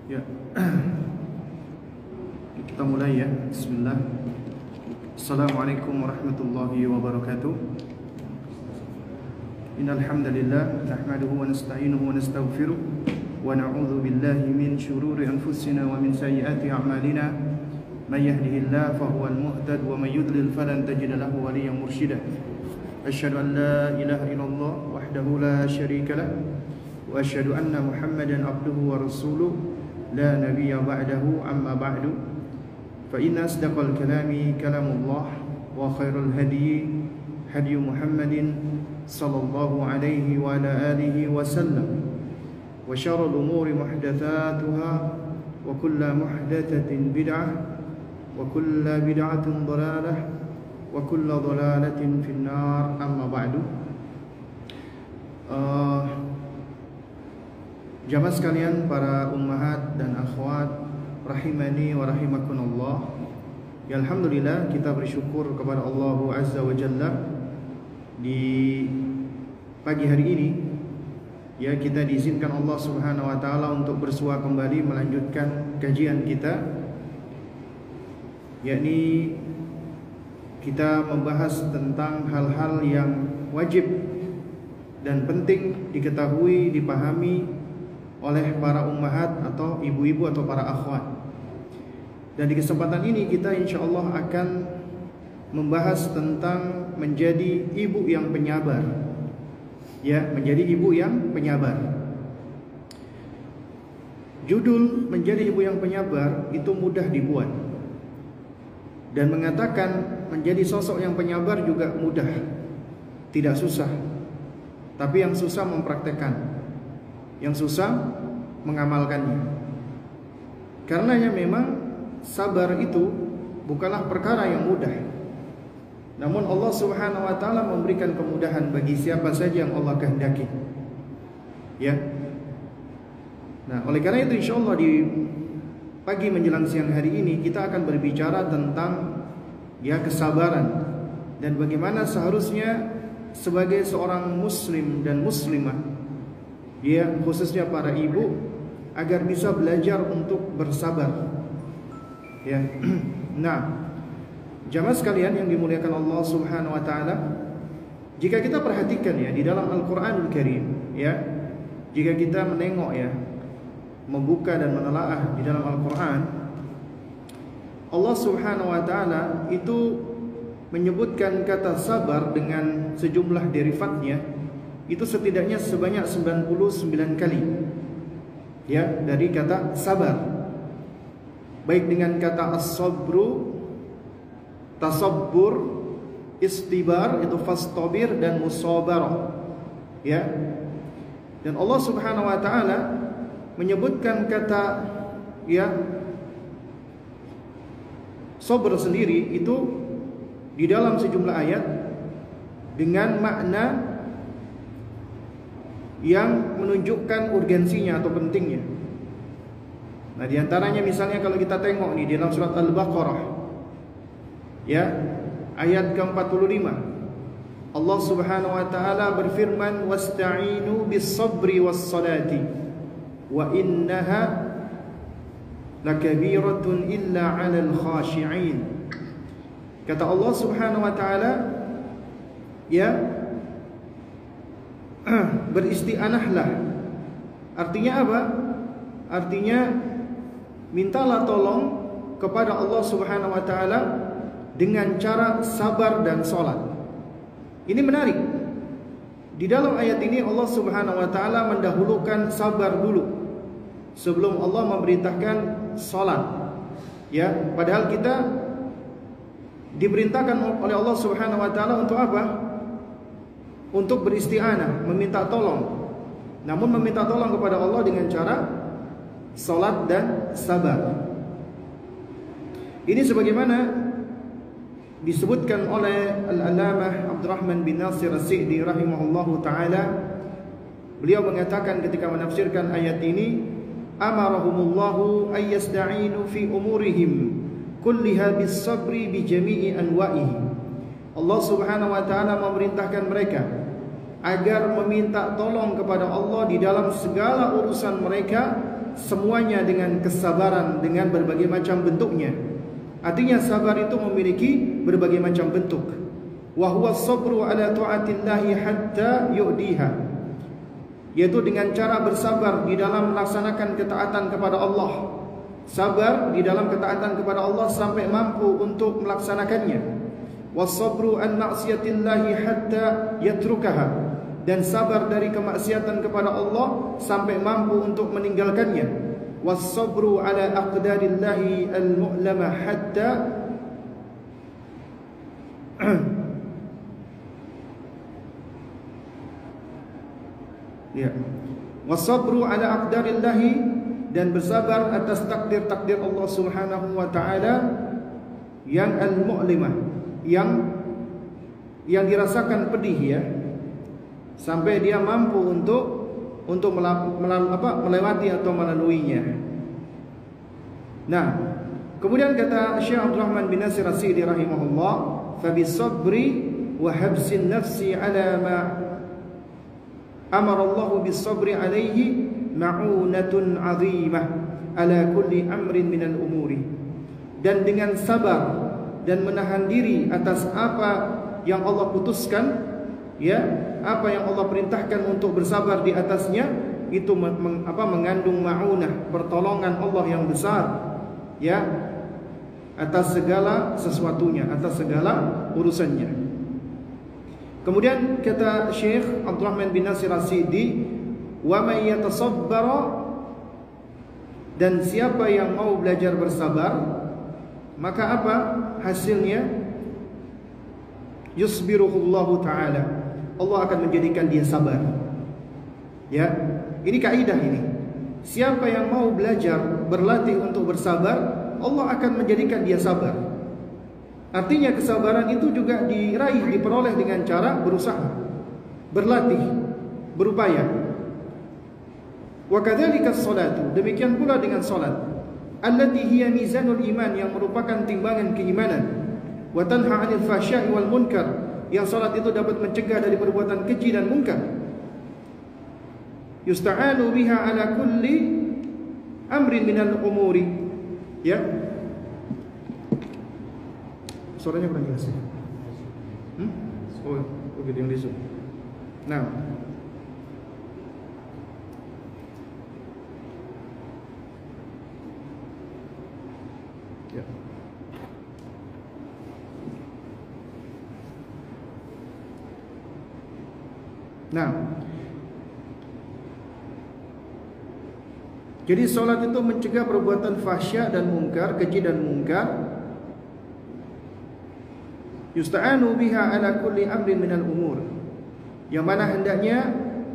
Ya, kita mulai ya. Bismillah. Assalamualaikum warahmatullahi wabarakatuh. Innal hamdalillah nahmaduhu wa nasta'inuhu wa nastaghfiruh wa na'udzu billahi min shururi anfusina wa min sayyiati a'malina. May yahdihillahu fahuwal muhtad wa may yudlil falan tajida lahu waliyyan mursyida. Asyhadu an la ilaha illallah wahdahu la syarika lah wa asyhadu anna Muhammadan abduhu wa rasuluh la nabiyya ba'dahu amma ba'du. Fa inna asdaqal kalami kalamullah wa khairul hadyi hadyu Muhammadin sallallahu alaihi wa ala alihi wa sallam wa syarrul umuri muhdatsatuha wa kullu muhdatsatin bid'ah wa kullu bid'atin dhalalah wa kullu dhalalatin finnar amma ba'du. Jamaah sekalian, para ummahat dan akhwat rahimani wa rahimakumullah. Ya, alhamdulillah kita bersyukur kepada Allah Azza wa Jalla di pagi hari ini. Ya, kita diizinkan Allah Subhanahu wa taala untuk bersua kembali melanjutkan kajian kita, yakni kita membahas tentang hal-hal yang wajib dan penting diketahui, dipahami oleh para ummahat atau ibu-ibu atau para akhwat. Dan di kesempatan ini kita insyaallah akan membahas tentang menjadi ibu yang penyabar. Ya, menjadi ibu yang penyabar. Judul menjadi ibu yang penyabar itu mudah dibuat. Dan mengatakan menjadi sosok yang penyabar juga mudah. Tidak susah. Tapi yang susah mempraktekkan, yang susah mengamalkannya. Karenanya memang sabar itu bukanlah perkara yang mudah. Namun Allah Subhanahu wa taala memberikan kemudahan bagi siapa saja yang Allah kehendaki. Ya. Nah, oleh karena itu insyaallah di pagi menjelang siang hari ini kita akan berbicara tentang kesabaran dan bagaimana seharusnya sebagai seorang muslim dan muslimah, khususnya para ibu, agar bisa belajar untuk bersabar. Ya. Nah, jamaah sekalian yang dimuliakan Allah Subhanahu wa taala, jika kita perhatikan ya di dalam Al-Qur'anul Karim, jika kita menengok membuka dan menelaah di dalam Al-Qur'an, Allah Subhanahu wa taala itu menyebutkan kata sabar dengan sejumlah derivatnya. Itu setidaknya sebanyak 99 kali dari kata sabar. Baik dengan kata as-sabru, tasabbur, istibar, itu fastabir, dan musabarah. Dan Allah Subhanahu wa taala menyebutkan kata sabar sendiri itu di dalam sejumlah ayat dengan makna yang menunjukkan urgensinya atau pentingnya. Nah, diantaranya misalnya kalau kita tengok nih di dalam surat Al-Baqarah, ayat ke-45, Allah Subhanahu wa taala berfirman, wasta'inu bis-sabri was-salati wa innaha lakabiratun illa 'alal khashi'in. Kata Allah Subhanahu wa taala, beristi'anahlah. Artinya apa? Artinya mintalah tolong kepada Allah Subhanahu wa taala dengan cara sabar dan salat. Ini menarik. Di dalam ayat ini Allah Subhanahu wa taala mendahulukan sabar dulu sebelum Allah memerintahkan salat. Padahal kita diperintahkan oleh Allah Subhanahu wa taala untuk apa? Untuk beristi'anah, meminta tolong. Namun meminta tolong kepada Allah dengan cara salat dan sabar. Ini sebagaimana disebutkan oleh Al-Allamah Abdurrahman bin Nasir As-Sa'di rahimahullahu taala. Beliau mengatakan ketika menafsirkan ayat ini, amarahumullahu ayyasta'inu fi umurihim kulliha bis-sabri bi jami'i anwa'ihi. Allah Subhanahu wa taala memerintahkan mereka agar meminta tolong kepada Allah di dalam segala urusan mereka semuanya dengan kesabaran dengan berbagai macam bentuknya. Artinya sabar itu memiliki berbagai macam bentuk. Wa huwa sabru ala ta'atillahi hatta yu'diha, yaitu dengan cara bersabar di dalam melaksanakan ketaatan kepada Allah. Sabar di dalam ketaatan kepada Allah sampai mampu untuk melaksanakannya. Was-sabru an ma'siyatillahi hatta yatrukaha, dan sabar dari kemaksiatan kepada Allah sampai mampu untuk meninggalkannya. Was-sabru ala aqdarillahi al-mu'lama hatta ya. Was-sabru ala aqdarillahi, dan bersabar atas takdir-takdir Allah Subhanahu wa taala yang al-mu'limah, yang dirasakan pedih ya, sampai dia mampu untuk melewati atau melaluinya. Nah, kemudian kata Syekh Abdul Rahman bin Nasir As-Sa'di rahimahullah, fa bis-sabri wa habsin nafsi ala ma amara Allah bis-sabri alaihi ma'unatun 'azimah ala kulli amrin minal umuri. Dan dengan sabar dan menahan diri atas apa yang Allah putuskan, ya, apa yang Allah perintahkan untuk bersabar di atasnya, itu mengandung ma'unah, pertolongan Allah yang besar, ya, atas segala sesuatunya, atas segala urusannya. Kemudian kata Syekh Abdul Rahman bin Nasir As-Sa'di, wa may yatasabbara, dan siapa yang mau belajar bersabar, maka apa hasilnya? Yusbiruhullahu ta'ala, Allah akan menjadikan dia sabar. Ya, ini kaidah ini. Siapa yang mau belajar, berlatih untuk bersabar, Allah akan menjadikan dia sabar. Artinya kesabaran itu juga diraih, diperoleh dengan cara berusaha, berlatih, berupaya. Wa kadzalika as-salatu, demikian pula dengan salat, allati hiya mizanul iman, yang merupakan timbangan keimanan. Wa tanha 'anil fahsya'i wal munkar, yang salat itu dapat mencegah dari perbuatan keji dan munkar. Yusta'anu biha ala kulli amrin minal umuri, ya. Suaranya kurang jelas ya? Oh, begitu yang di Zoom. Nah, ya. Nah, jadi solat itu mencegah perbuatan fahsya dan munkar, keji dan munkar. Yusta'anu biha ala kulli amrin minal umur, yang mana hendaknya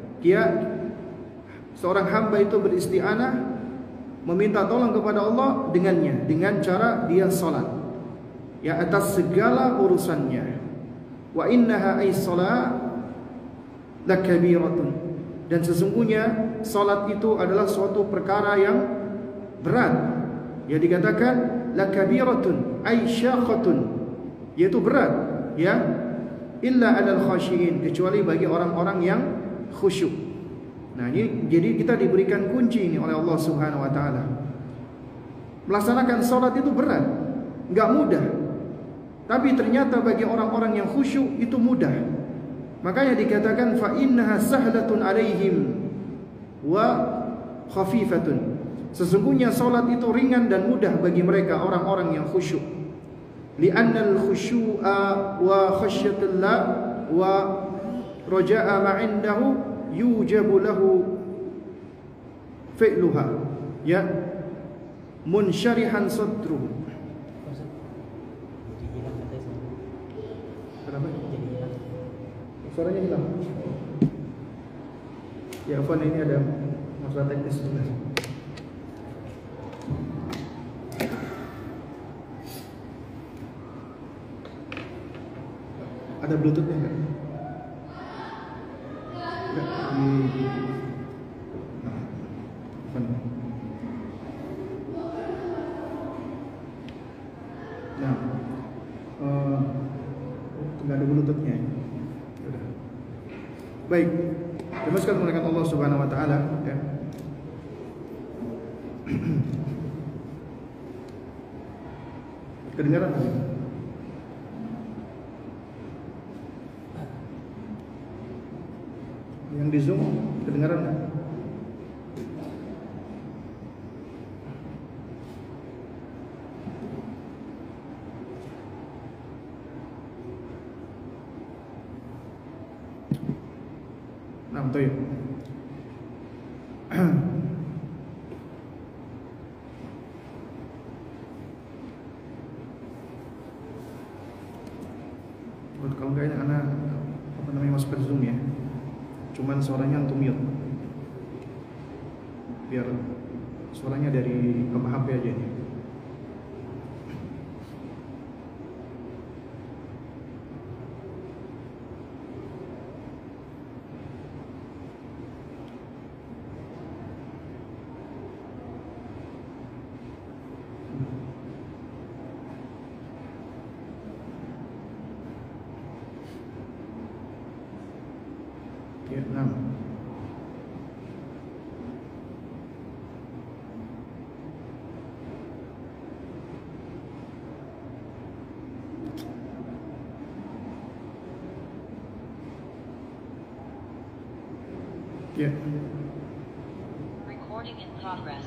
seorang hamba itu beristi'anah, meminta tolong kepada Allah dengannya, dengan cara dia salat, ya, atas segala urusannya. Wa innaha ay salat lakabiratun, dan sesungguhnya salat itu adalah suatu perkara yang berat. Ya, dikatakan lakabiratun ay syaqatun, yaitu berat, ya, illa 'alal khashiyin, kecuali bagi orang-orang yang khusyuk. Nah, ini jadi kita diberikan kunci ini oleh Allah Subhanahu wa taala. Melaksanakan salat itu berat, enggak mudah. Tapi ternyata bagi orang-orang yang khusyuk itu mudah. Makanya dikatakan fa innaha sahlatun 'alaihim wa khafifatun. Sesungguhnya salat itu ringan dan mudah bagi mereka orang-orang yang khusyuk. Li'anna al-khushu'a wa khasyatallah wa raja'a ma'indahu yujabu lahu fi'luha, ya, munsyarihan sadruhu. Kenapa? Suaranya hilang. Ya, Afwan, ini ada masalah teknis sebentar. Ada Bluetooth-nya enggak? Nah, enggak ada Bluetooth-nya. Baik, terima kasih menggunakan Allah Subhanahu wa taala, ya. Kedengaran? Yang di Zoom kedengaran nggak? Nah, betul ya. Kalau enggak ini anak apa namanya masuk ke Zoom ya. Cuman suaranya untuk mute. Biar suaranya dari HP aja nih. Ya, 6. Ya. Recording in progress.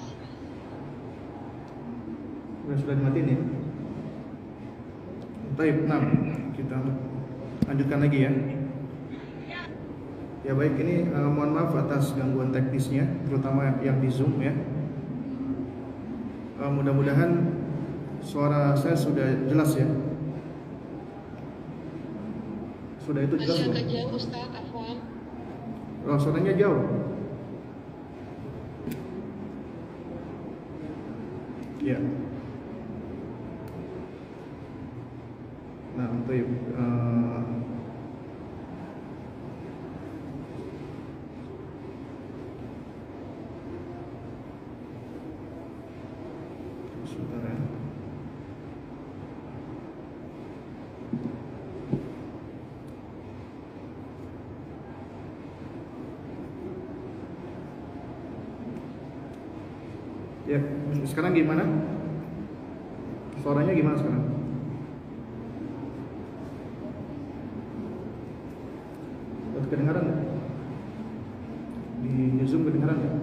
Sudah dimatiin ya. Baik, 6. Kita lanjutkan lagi ya. Ya baik, ini mohon maaf atas gangguan teknisnya, terutama yang di Zoom ya. Mudah-mudahan suara saya sudah jelas ya. Sudah itu jelas Masih belum? agak jauh Ustaz, Afwan. Oh, suaranya jauh. Ya. Nah, untuk sebentar ya. Ya, sekarang gimana? Suaranya gimana sekarang? Kedengaran nggak? Di Zoom kedengaran nggak?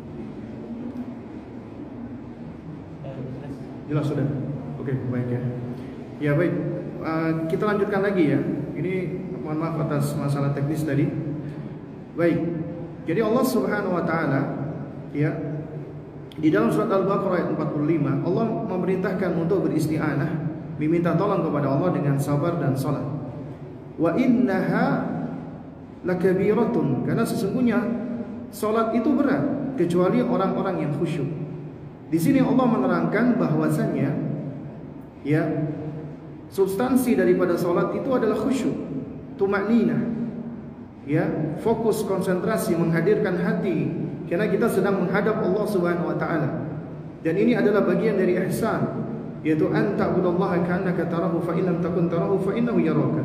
Jelas sudah. Oke, baik ya. Ya baik, kita lanjutkan lagi ya. Ini mohon maaf atas masalah teknis tadi. Baik. Jadi Allah Subhanahu wa taala ya di dalam surat Al-Baqarah ayat 45, Allah memerintahkan untuk beristi'anah, meminta tolong kepada Allah dengan sabar dan salat. Wa innaha lakabiratun, karena sesungguhnya salat itu berat kecuali orang-orang yang khusyuk. Di sini Allah menerangkan bahwasannya ya substansi daripada salat itu adalah khusyuk, tumakninah. Ya, fokus konsentrasi menhadirkan hati karena kita sedang menghadap Allah Subhanahu wa taala. Dan ini adalah bagian dari ihsan, yaitu an ta'budallaha ka'annaka tarahu fa in lam takun tarahu fa innahu yaraka.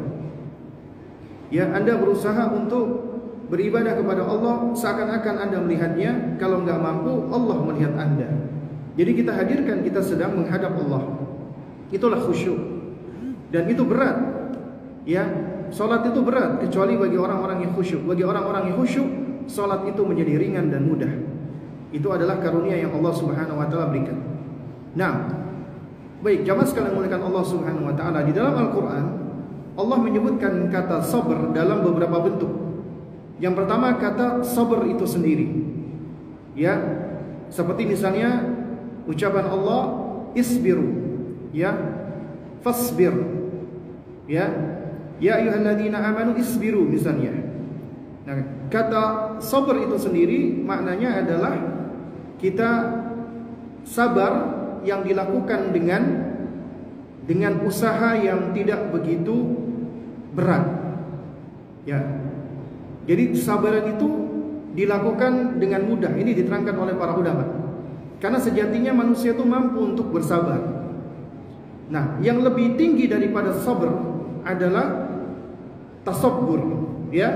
Ya, Anda berusaha untuk beribadah kepada Allah seakan-akan Anda melihatnya, kalau enggak mampu Allah melihat Anda. Jadi kita hadirkan kita sedang menghadap Allah. Itulah khusyuk. Dan itu berat. Ya, salat itu berat kecuali bagi orang-orang yang khusyuk. Bagi orang-orang yang khusyuk, salat itu menjadi ringan dan mudah. Itu adalah karunia yang Allah Subhanahu wa taala berikan. Nah, baik, jamaah sekalian muliakan Allah Subhanahu wa taala, di dalam Al-Qur'an Allah menyebutkan kata sabar dalam beberapa bentuk. Yang pertama kata sabar itu sendiri. Ya, seperti misalnya ucapan Allah isbiru, ya, fasbir. Ya, ya ayyuhalladzina amanu isbiru misalnya. Nah, kata sabar itu sendiri maknanya adalah kita sabar yang dilakukan dengan usaha yang tidak begitu berat. Ya. Jadi sabaran itu dilakukan dengan mudah. Ini diterangkan oleh para ulama. Karena sejatinya manusia itu mampu untuk bersabar. Nah, yang lebih tinggi daripada sabar adalah tasabbur, ya.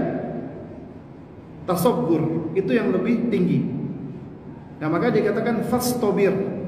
Tasabbur itu yang lebih tinggi. Nah, maka dikatakan fastobir.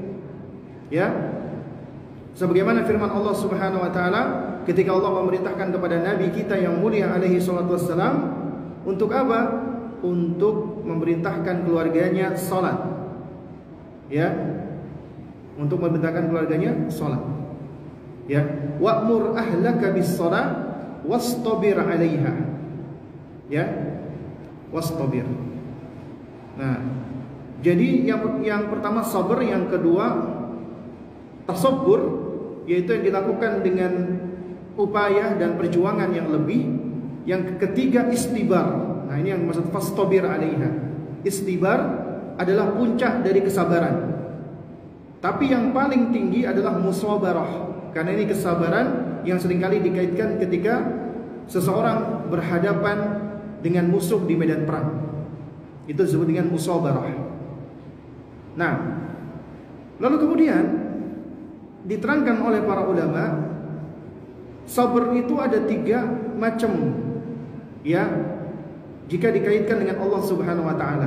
Ya. Sebagaimana firman Allah Subhanahu wa taala ketika Allah memerintahkan kepada nabi kita yang mulia alaihi salatu wassalam untuk apa? Untuk memerintahkan keluarganya salat. Ya. Untuk memerintahkan keluarganya salat. Ya, wa'mur ahlaka bis-shalah wastabir 'alaiha. Ya. Wastabir. Nah, jadi yang pertama sabar, yang kedua tasabbur, yaitu yang dilakukan dengan upaya dan perjuangan yang lebih. Yang ketiga istibar. Nah, ini yang maksud fastabir 'alaiha. Istibar adalah puncak dari kesabaran. Tapi yang paling tinggi adalah musabarah. Karena ini kesabaran yang seringkali dikaitkan ketika seseorang berhadapan dengan musuh di medan perang. Itu disebut dengan musabarah. Nah, lalu kemudian diterangkan oleh para ulama, sabar itu ada 3 macam, ya, jika dikaitkan dengan Allah Subhanahu wa taala.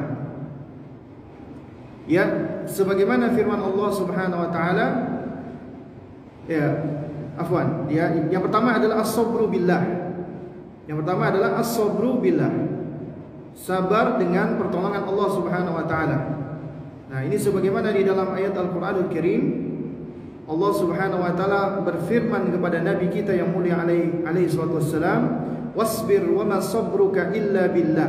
Ya, sebagaimana firman Allah Subhanahu wa taala, ya, afwan, ya, yang pertama adalah as-sabru billah. Yang pertama adalah as-sabru billah. Sabar dengan pertolongan Allah Subhanahu wa taala. Nah, ini sebagaimana di dalam ayat Al-Qur'anul Karim Allah Subhanahu wa taala berfirman kepada nabi kita yang mulia alaihi salatu wassalam, wasbir wa ma sabruka illa billah.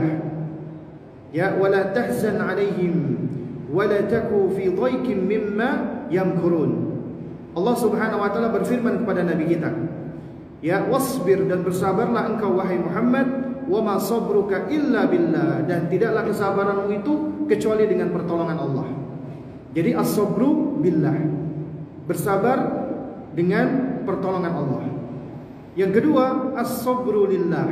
Ya, wa la tahzan alaihim wa la taku fi dhaikin mimma yamkurun. Allah Subhanahu wa taala berfirman kepada nabi kita, ya, wasbir, dan bersabarlah engkau wahai Muhammad, wa ma sabruka illa billah, dan tidaklah kesabaranmu itu kecuali dengan pertolongan Allah. Jadi as-sabru billah, bersabar dengan pertolongan Allah. Yang kedua as-sabru lillah,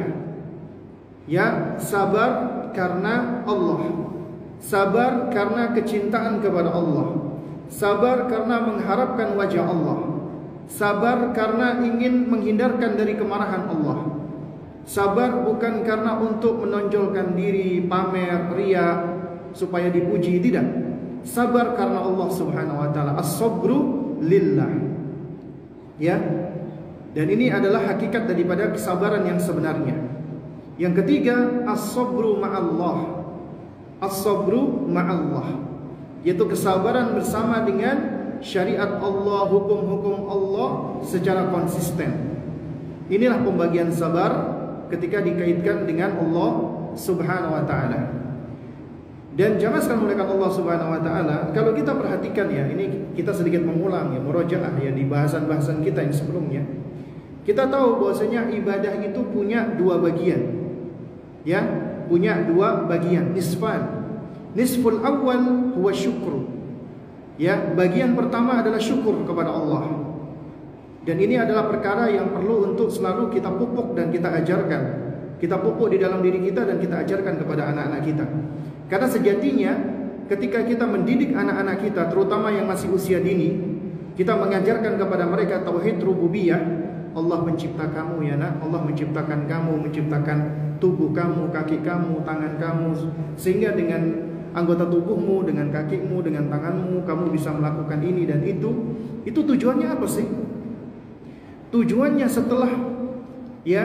ya, sabar karena Allah, sabar karena kecintaan kepada Allah, sabar karena mengharapkan wajah Allah, sabar karena ingin menghindarkan dari kemarahan Allah. Sabar bukan karena untuk menonjolkan diri, pamer, ria, supaya dipuji, tidak. Sabar karena Allah Subhanahu wa taala. As-sabru lillah. Ya. Dan ini adalah hakikat daripada kesabaran yang sebenarnya. Yang ketiga, as-sabru ma'allah. As-sabru ma'allah, yaitu kesabaran bersama dengan syariat Allah, hukum-hukum Allah secara konsisten. Inilah pembagian sabar ketika dikaitkan dengan Allah Subhanahu wa taala. Dan jamaah sekalian muliakan Allah Subhanahu wa taala, kalau kita perhatikan, ya, ini kita sedikit mengulang, ya, murojaah, ya, di bahasan-bahasan kita yang sebelumnya. Kita tahu bahwasanya ibadah itu punya 2 bagian. Ya, punya 2 bagian, nisfan. Nisful awal huwa syukru. Ya, bagian pertama adalah syukur kepada Allah. Dan ini adalah perkara yang perlu untuk selalu kita pupuk dan kita ajarkan. Kita pupuk di dalam diri kita dan kita ajarkan kepada anak-anak kita. Karena sejatinya ketika kita mendidik anak-anak kita, terutama yang masih usia dini, kita mengajarkan kepada mereka tauhid rububiyah. Allah mencipta kamu, ya nak. Allah menciptakan kamu, menciptakan tubuh kamu, kaki kamu, tangan kamu, sehingga dengan anggota tubuhmu, dengan kakimu, dengan tanganmu, kamu bisa melakukan ini dan itu. Itu tujuannya apa sih? Tujuannya setelah, ya,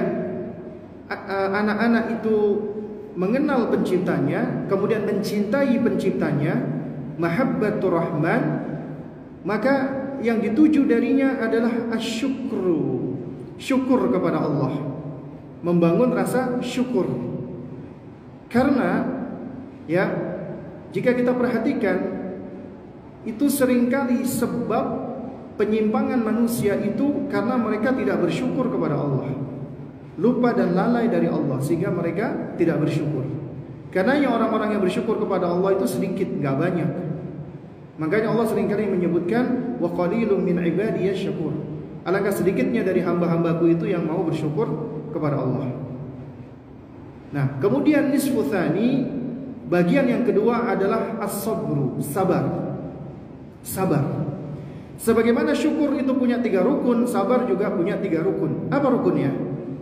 anak-anak itu mengenal penciptanya, kemudian mencintai penciptanya, mahabbatur rahman, maka yang dituju darinya adalah asyukru, syukur kepada Allah, membangun rasa syukur. Karena, ya, jika kita perhatikan, itu seringkali sebab penyimpangan manusia itu karena mereka tidak bersyukur kepada Allah, lupa dan lalai dari Allah, sehingga mereka tidak bersyukur. Karena orang-orang yang bersyukur kepada Allah itu sedikit, nggak banyak. Makanya Allah seringkali menyebutkan wa qalilun min ibadiyasy syakur. Alangkah sedikitnya dari hamba-hambaku itu yang mau bersyukur kepada Allah. Nah, kemudian nisfu tsani, bagian yang kedua adalah as-sabru, sabar. Sabar. Sebagaimana syukur itu punya 3 rukun, sabar juga punya 3 rukun. Apa rukunnya?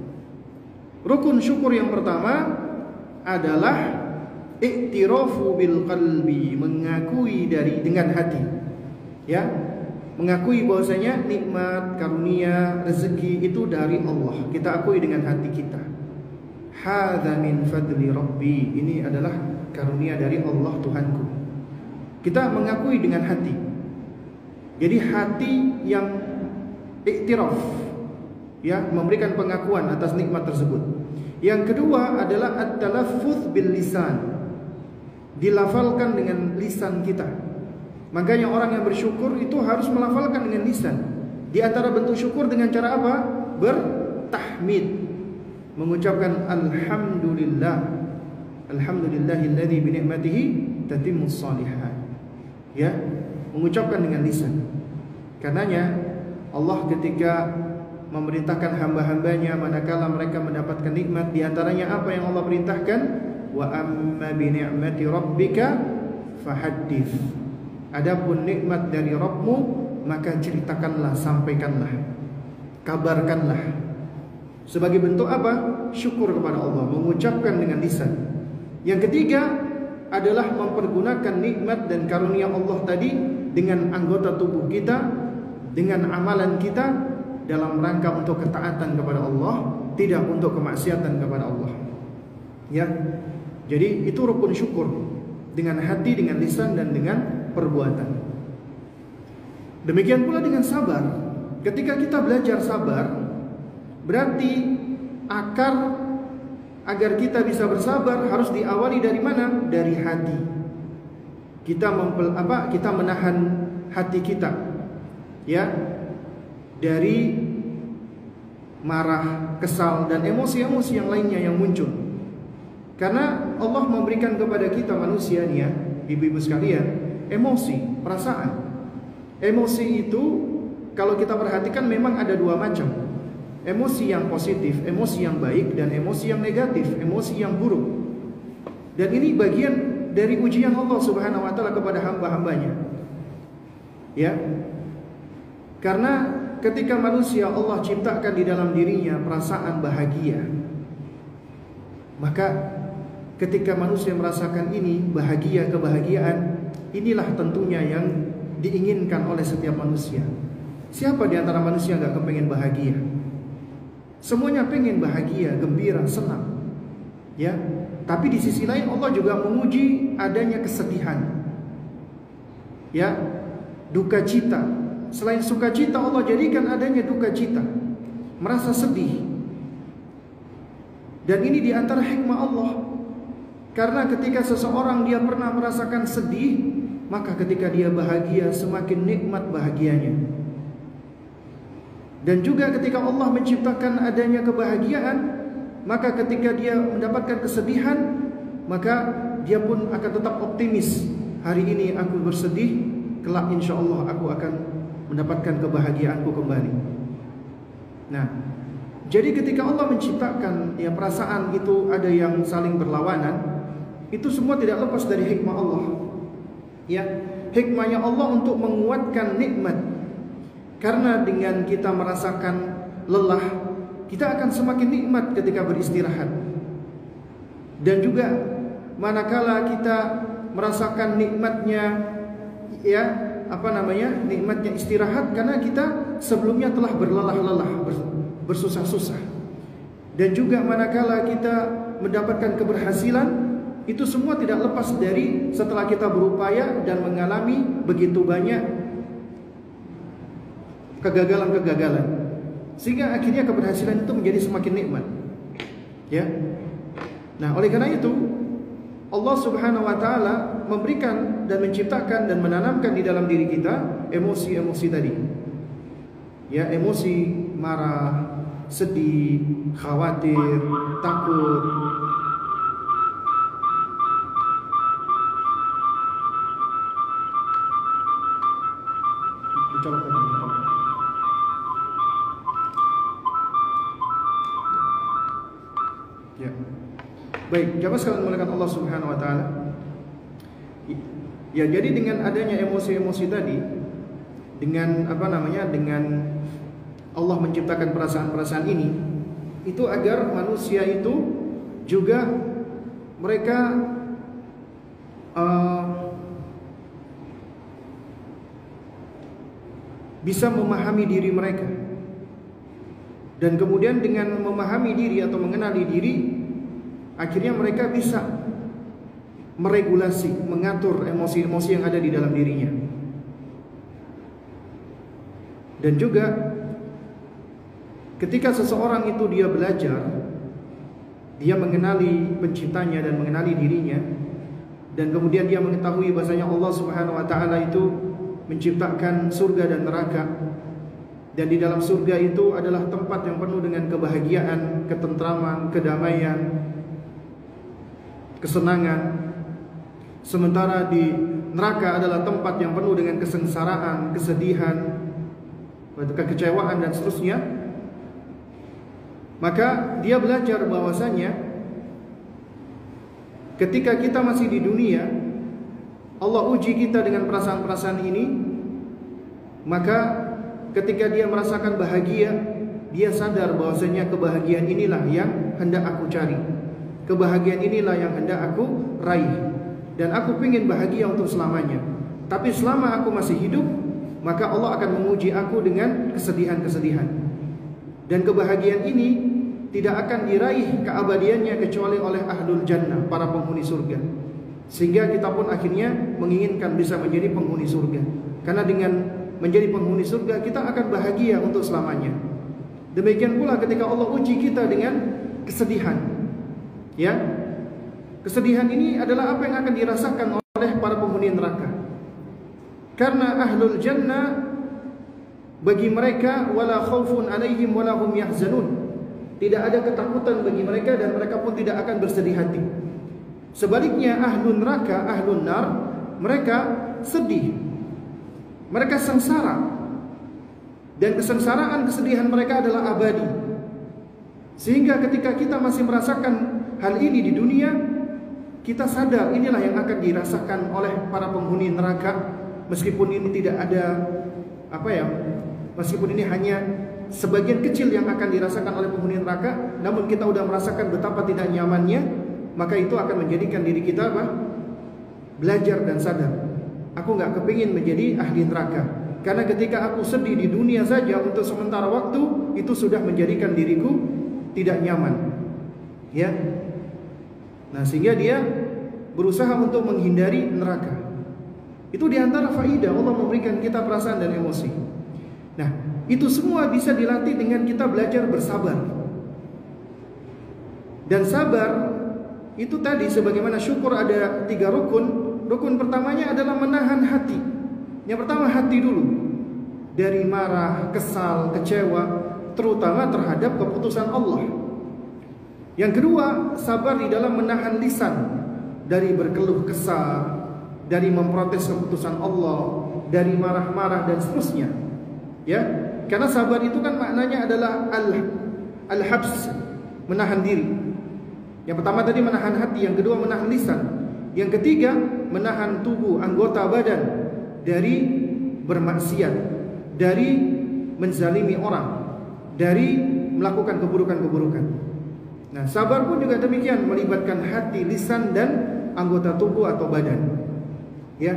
Rukun syukur yang pertama adalah i'tirafu bil qalbi, mengakui dengan hati. Ya. mengakui bahwasanya nikmat, karunia, rezeki itu dari Allah. Kita akui dengan hati kita. Hadza min fadli Rabbi. Ini adalah karunia dari Allah Tuhanku. Kita mengakui dengan hati. Jadi hati yang iktiraf, ya, memberikan pengakuan atas nikmat tersebut. Yang kedua adalah at-talaffuz bil lisan. Dilafalkan dengan lisan kita. Makanya orang yang bersyukur itu harus melafalkan dengan lisan. Di antara bentuk syukur dengan cara apa? Bertahmid, mengucapkan alhamdulillah. Alhamdulillahilladzi bi ni'matihi tatimmus shalihat. Ya, mengucapkan dengan lisan. Karenanya Allah ketika memerintahkan hamba-hambanya manakala mereka mendapatkan nikmat, di antaranya apa yang Allah perintahkan? Wa amma bi ni'mati rabbika fahaddits. Adapun nikmat dari Rabbmu, maka ceritakanlah, sampaikanlah, kabarkanlah. Sebagai bentuk apa? Syukur kepada Allah, mengucapkan dengan lisan. Yang ketiga adalah mempergunakan nikmat dan karunia Allah tadi dengan anggota tubuh kita, dengan amalan kita dalam rangka untuk ketaatan kepada Allah, tidak untuk kemaksiatan kepada Allah. Ya. Jadi itu rukun syukur, dengan hati, dengan lisan, dan dengan perbuatan. Demikian pula dengan sabar. Ketika kita belajar sabar, berarti akar agar kita bisa bersabar harus diawali dari mana? Dari hati. Kita kita menahan hati kita, ya, dari marah, kesal, dan emosi-emosi yang lainnya yang muncul. Karena Allah memberikan kepada kita manusia nih ya, ibu-ibu sekalian, emosi, perasaan. Emosi itu kalau kita perhatikan memang ada dua macam. Emosi yang positif, emosi yang baik, dan emosi yang negatif, emosi yang buruk. Dan ini bagian dari ujian Allah Subhanahu wa taala kepada hamba-hambanya. Ya. Karena ketika manusia Allah ciptakan di dalam dirinya perasaan bahagia, maka ketika manusia merasakan ini bahagia, kebahagiaan, inilah tentunya yang diinginkan oleh setiap manusia. Siapa di antara manusia nggak kepengen bahagia? Semuanya pengen bahagia, gembira, senang. Ya, tapi di sisi lain Allah juga menguji adanya kesedihan. Ya, duka cita. Selain sukacita Allah jadikan adanya duka cita, merasa sedih. Dan ini di antara hikmah Allah. Karena ketika seseorang dia pernah merasakan sedih, maka ketika dia bahagia semakin nikmat bahagianya. Dan juga ketika Allah menciptakan adanya kebahagiaan, maka ketika dia mendapatkan kesedihan, maka dia pun akan tetap optimis. Hari ini aku bersedih, kelak insya Allah aku akan mendapatkan kebahagiaanku kembali. Nah, jadi ketika Allah menciptakan ya perasaan itu ada yang saling berlawanan, itu semua tidak lepas dari hikmah Allah. Ya, hikmahnya Allah untuk menguatkan nikmat. Karena dengan kita merasakan lelah, kita akan semakin nikmat ketika beristirahat. Dan juga manakala kita merasakan nikmatnya nikmatnya istirahat, karena kita sebelumnya telah berlelah-lelah, bersusah-susah. Dan juga manakala kita mendapatkan keberhasilan, itu semua tidak lepas dari setelah kita berupaya dan mengalami begitu banyak kegagalan-kegagalan, sehingga akhirnya keberhasilan itu menjadi semakin nikmat. Ya. Nah, oleh karena itu Allah Subhanahu wa taala memberikan dan menciptakan dan menanamkan di dalam diri kita emosi-emosi tadi. Ya, emosi marah, sedih, khawatir, takut. Ya. Baik, jamaah sekalian dimuliakan Allah Subhanahu wa taala. Ya, jadi dengan adanya emosi-emosi tadi, dengan dengan Allah menciptakan perasaan-perasaan ini, itu agar manusia itu juga mereka bisa memahami diri mereka. Dan kemudian dengan memahami diri atau mengenali diri, akhirnya mereka bisa meregulasi, mengatur emosi-emosi yang ada di dalam dirinya. Dan juga ketika seseorang itu dia belajar, dia mengenali penciptanya dan mengenali dirinya, dan kemudian dia mengetahui bahasanya Allah Subhanahu wa taala itu menciptakan surga dan neraka, dan di dalam surga itu adalah tempat yang penuh dengan kebahagiaan, ketentraman, kedamaian, kesenangan. Sementara di neraka adalah tempat yang penuh dengan kesengsaraan, kesedihan, kekecewaan dan seterusnya. Maka dia belajar bahwasanya ketika kita masih di dunia, Allah uji kita dengan perasaan-perasaan ini. Maka ketika dia merasakan bahagia, dia sadar bahwasanya kebahagiaan inilah yang hendak aku cari, kebahagiaan inilah yang hendak aku raih, dan aku ingin bahagia untuk selamanya. Tapi selama aku masih hidup, maka Allah akan menguji aku dengan kesedihan-kesedihan. Dan kebahagiaan ini tidak akan diraih keabadiannya kecuali oleh ahlul jannah, para penghuni surga. Sehingga kita pun akhirnya menginginkan bisa menjadi penghuni surga. Karena dengan menjadi penghuni surga, kita akan bahagia untuk selamanya. Demikian pula ketika Allah uji kita dengan kesedihan. Ya, kesedihan ini adalah apa yang akan dirasakan oleh para penghuni neraka. Karena ahlul jannah, bagi mereka wala khaufun alaihim wala hum yahzanun. Tidak ada ketakutan bagi mereka dan mereka pun tidak akan bersedih hati. Sebaliknya ahlun neraka, ahlun nar, mereka sedih, mereka sengsara, dan kesengsaraan, kesedihan mereka adalah abadi. Sehingga ketika kita masih merasakan hal ini di dunia, kita sadar inilah yang akan dirasakan oleh para penghuni neraka. Meskipun ini tidak ada meskipun ini hanya sebagian kecil yang akan dirasakan oleh penghuni neraka, namun kita sudah merasakan betapa tidak nyamannya, maka itu akan menjadikan diri kita belajar dan sadar. Aku nggak kepingin menjadi ahli neraka, karena ketika aku sedih di dunia saja untuk sementara waktu, itu sudah menjadikan diriku tidak nyaman. Ya, nah sehingga dia berusaha untuk menghindari neraka. Itu diantara faidah Allah memberikan kita perasaan dan emosi. Nah, itu semua bisa dilatih dengan kita belajar bersabar. Dan sabar itu tadi sebagaimana syukur ada 3 rukun. Rukun pertamanya adalah menahan hati. Yang pertama hati dulu, dari marah, kesal, kecewa, terutama terhadap keputusan Allah. Yang kedua, sabar di dalam menahan lisan, dari berkeluh kesah, dari memprotes keputusan Allah, dari marah-marah dan seterusnya. Ya, karena sabar itu kan maknanya adalah al-habs, menahan diri. Yang pertama tadi menahan hati, yang kedua menahan lisan, yang ketiga menahan tubuh, anggota badan dari bermaksiat, dari menzalimi orang, dari melakukan keburukan-keburukan. Nah, sabar pun juga demikian, melibatkan hati, lisan dan anggota tubuh atau badan. Ya.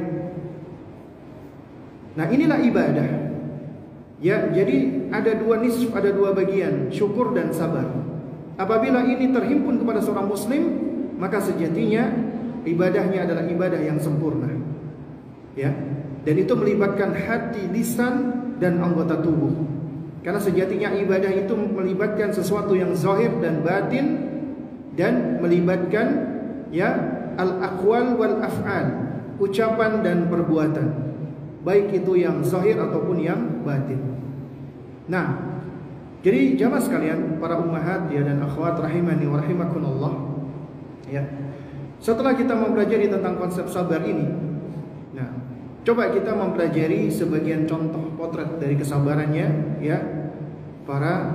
Nah, inilah ibadah. Ya, jadi ada 2 nisf, ada 2 bagian, syukur dan sabar. Apabila ini terhimpun kepada seorang muslim, maka sejatinya ibadahnya adalah ibadah yang sempurna. Ya. Dan itu melibatkan hati, lisan dan anggota tubuh. Karena sejatinya ibadah itu melibatkan sesuatu yang zahir dan batin, dan melibatkan al-aqwal wal af'al, ucapan dan perbuatan, baik itu yang zahir ataupun yang batin. Nah, jadi jamaah sekalian, para ummahat dan akhwat rahimani wa rahimakumullah, ya. Setelah kita mempelajari tentang konsep sabar ini, nah, coba kita mempelajari sebagian contoh potret dari kesabarannya, ya, para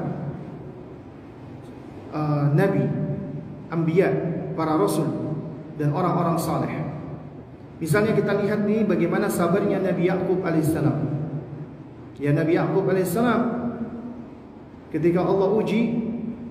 nabi, anbiya, para rasul dan orang-orang saleh. Misalnya kita lihat nih bagaimana sabarnya Nabi Yakub alaihissalam. Ya, Nabi Yakub alaihissalam ketika Allah uji,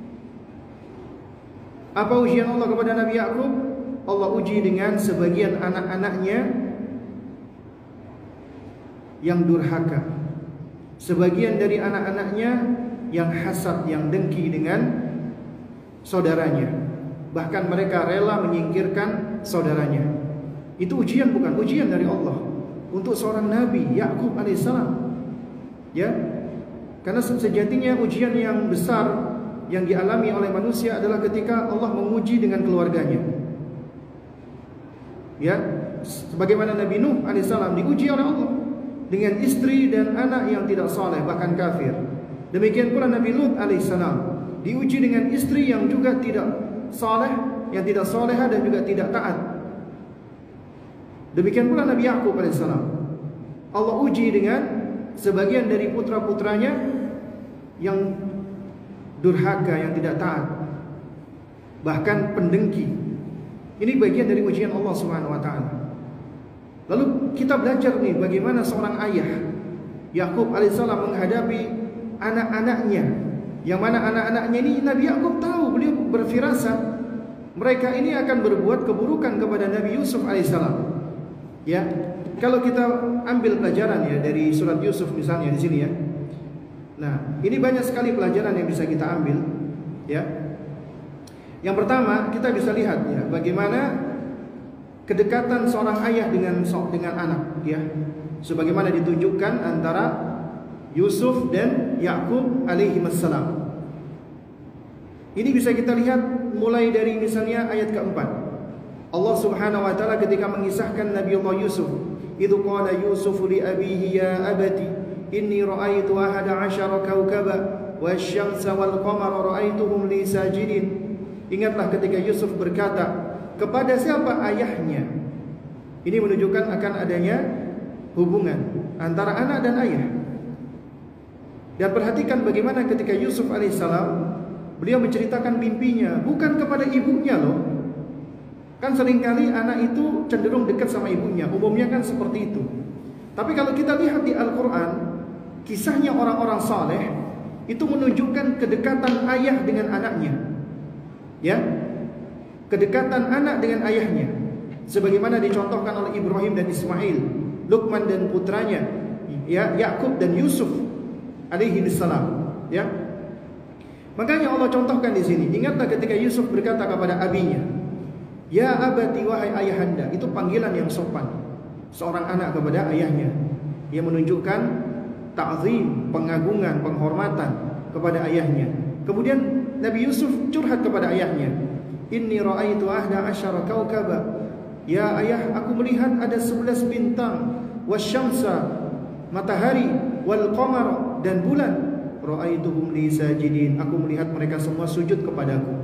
apa ujian Allah kepada Nabi Yakub? Allah uji dengan sebagian anak-anaknya yang durhaka, sebagian dari anak-anaknya yang hasad, yang dengki dengan saudaranya. Bahkan mereka rela menyingkirkan saudaranya. Itu ujian, bukan ujian dari Allah untuk seorang nabi Yakub alaihissalam. Ya, karena sejatinya ujian yang besar yang dialami oleh manusia adalah ketika Allah menguji dengan keluarganya. Ya, sebagaimana Nabi Nuh alaihissalam diuji oleh Allah dengan istri dan anak yang tidak saleh, bahkan kafir. Demikian pula Nabi Lut alaihissalam diuji dengan istri yang juga tidak saleh, yang tidak salehah dan juga tidak taat. Demikian pula Nabi Yakub alaihissalam, Allah uji dengan sebagian dari putra-putranya yang durhaka, yang tidak taat, bahkan pendengki. Ini bagian dari ujian Allah Subhanahu wa taala. Lalu kita belajar nih bagaimana seorang ayah Yakub alaihissalam menghadapi anak-anaknya, yang mana anak-anaknya ini Nabi Yakub tahu, beliau berfirasat mereka ini akan berbuat keburukan kepada Nabi Yusuf alaihissalam. Ya, kalau kita ambil pelajaran ya dari surat Yusuf misalnya di sini ya. Nah, ini banyak sekali pelajaran yang bisa kita ambil ya. Yang pertama, kita bisa lihat ya bagaimana kedekatan seorang ayah dengan anak ya. Sebagaimana ditunjukkan antara Yusuf dan Yakub alaihi wassalam. Ini bisa kita lihat mulai dari misalnya ayat keempat. Allah Subhanahu wa taala ketika mengisahkan Nabi Allah Yusuf, "Idzu qala Yusuf li abihi ya abati inni ra'aitu ahada 'asyara kawkaba wasyamsa wal qamara ra'aituhum li sajidin." Ingatlah ketika Yusuf berkata kepada siapa? Ayahnya. Ini menunjukkan akan adanya hubungan antara anak dan ayah. Dan perhatikan bagaimana ketika Yusuf alaihissalam beliau menceritakan mimpinya bukan kepada ibunya loh. Kan seringkali anak itu cenderung dekat sama ibunya, umumnya kan seperti itu. Tapi kalau kita lihat di Al-Quran, kisahnya orang-orang saleh itu menunjukkan kedekatan ayah dengan anaknya. Ya, kedekatan anak dengan ayahnya, sebagaimana dicontohkan oleh Ibrahim dan Ismail, Luqman dan putranya, ya Yakub dan Yusuf alaihi salam. Ya, makanya Allah contohkan di sini. Ingatlah ketika Yusuf berkata kepada abinya, "Ya abati, wahai ayahanda." Itu panggilan yang sopan seorang anak kepada ayahnya, yang menunjukkan ta'zim, pengagungan, penghormatan kepada ayahnya. Kemudian Nabi Yusuf curhat kepada ayahnya, "Inni ra'aitu ahda asyara kawkaba." Ya ayah, aku melihat ada 11 bintang, wasyamsa, matahari, wal qamar, dan bulan, ra'aituhum li sajidin. Aku melihat mereka semua sujud kepadaku.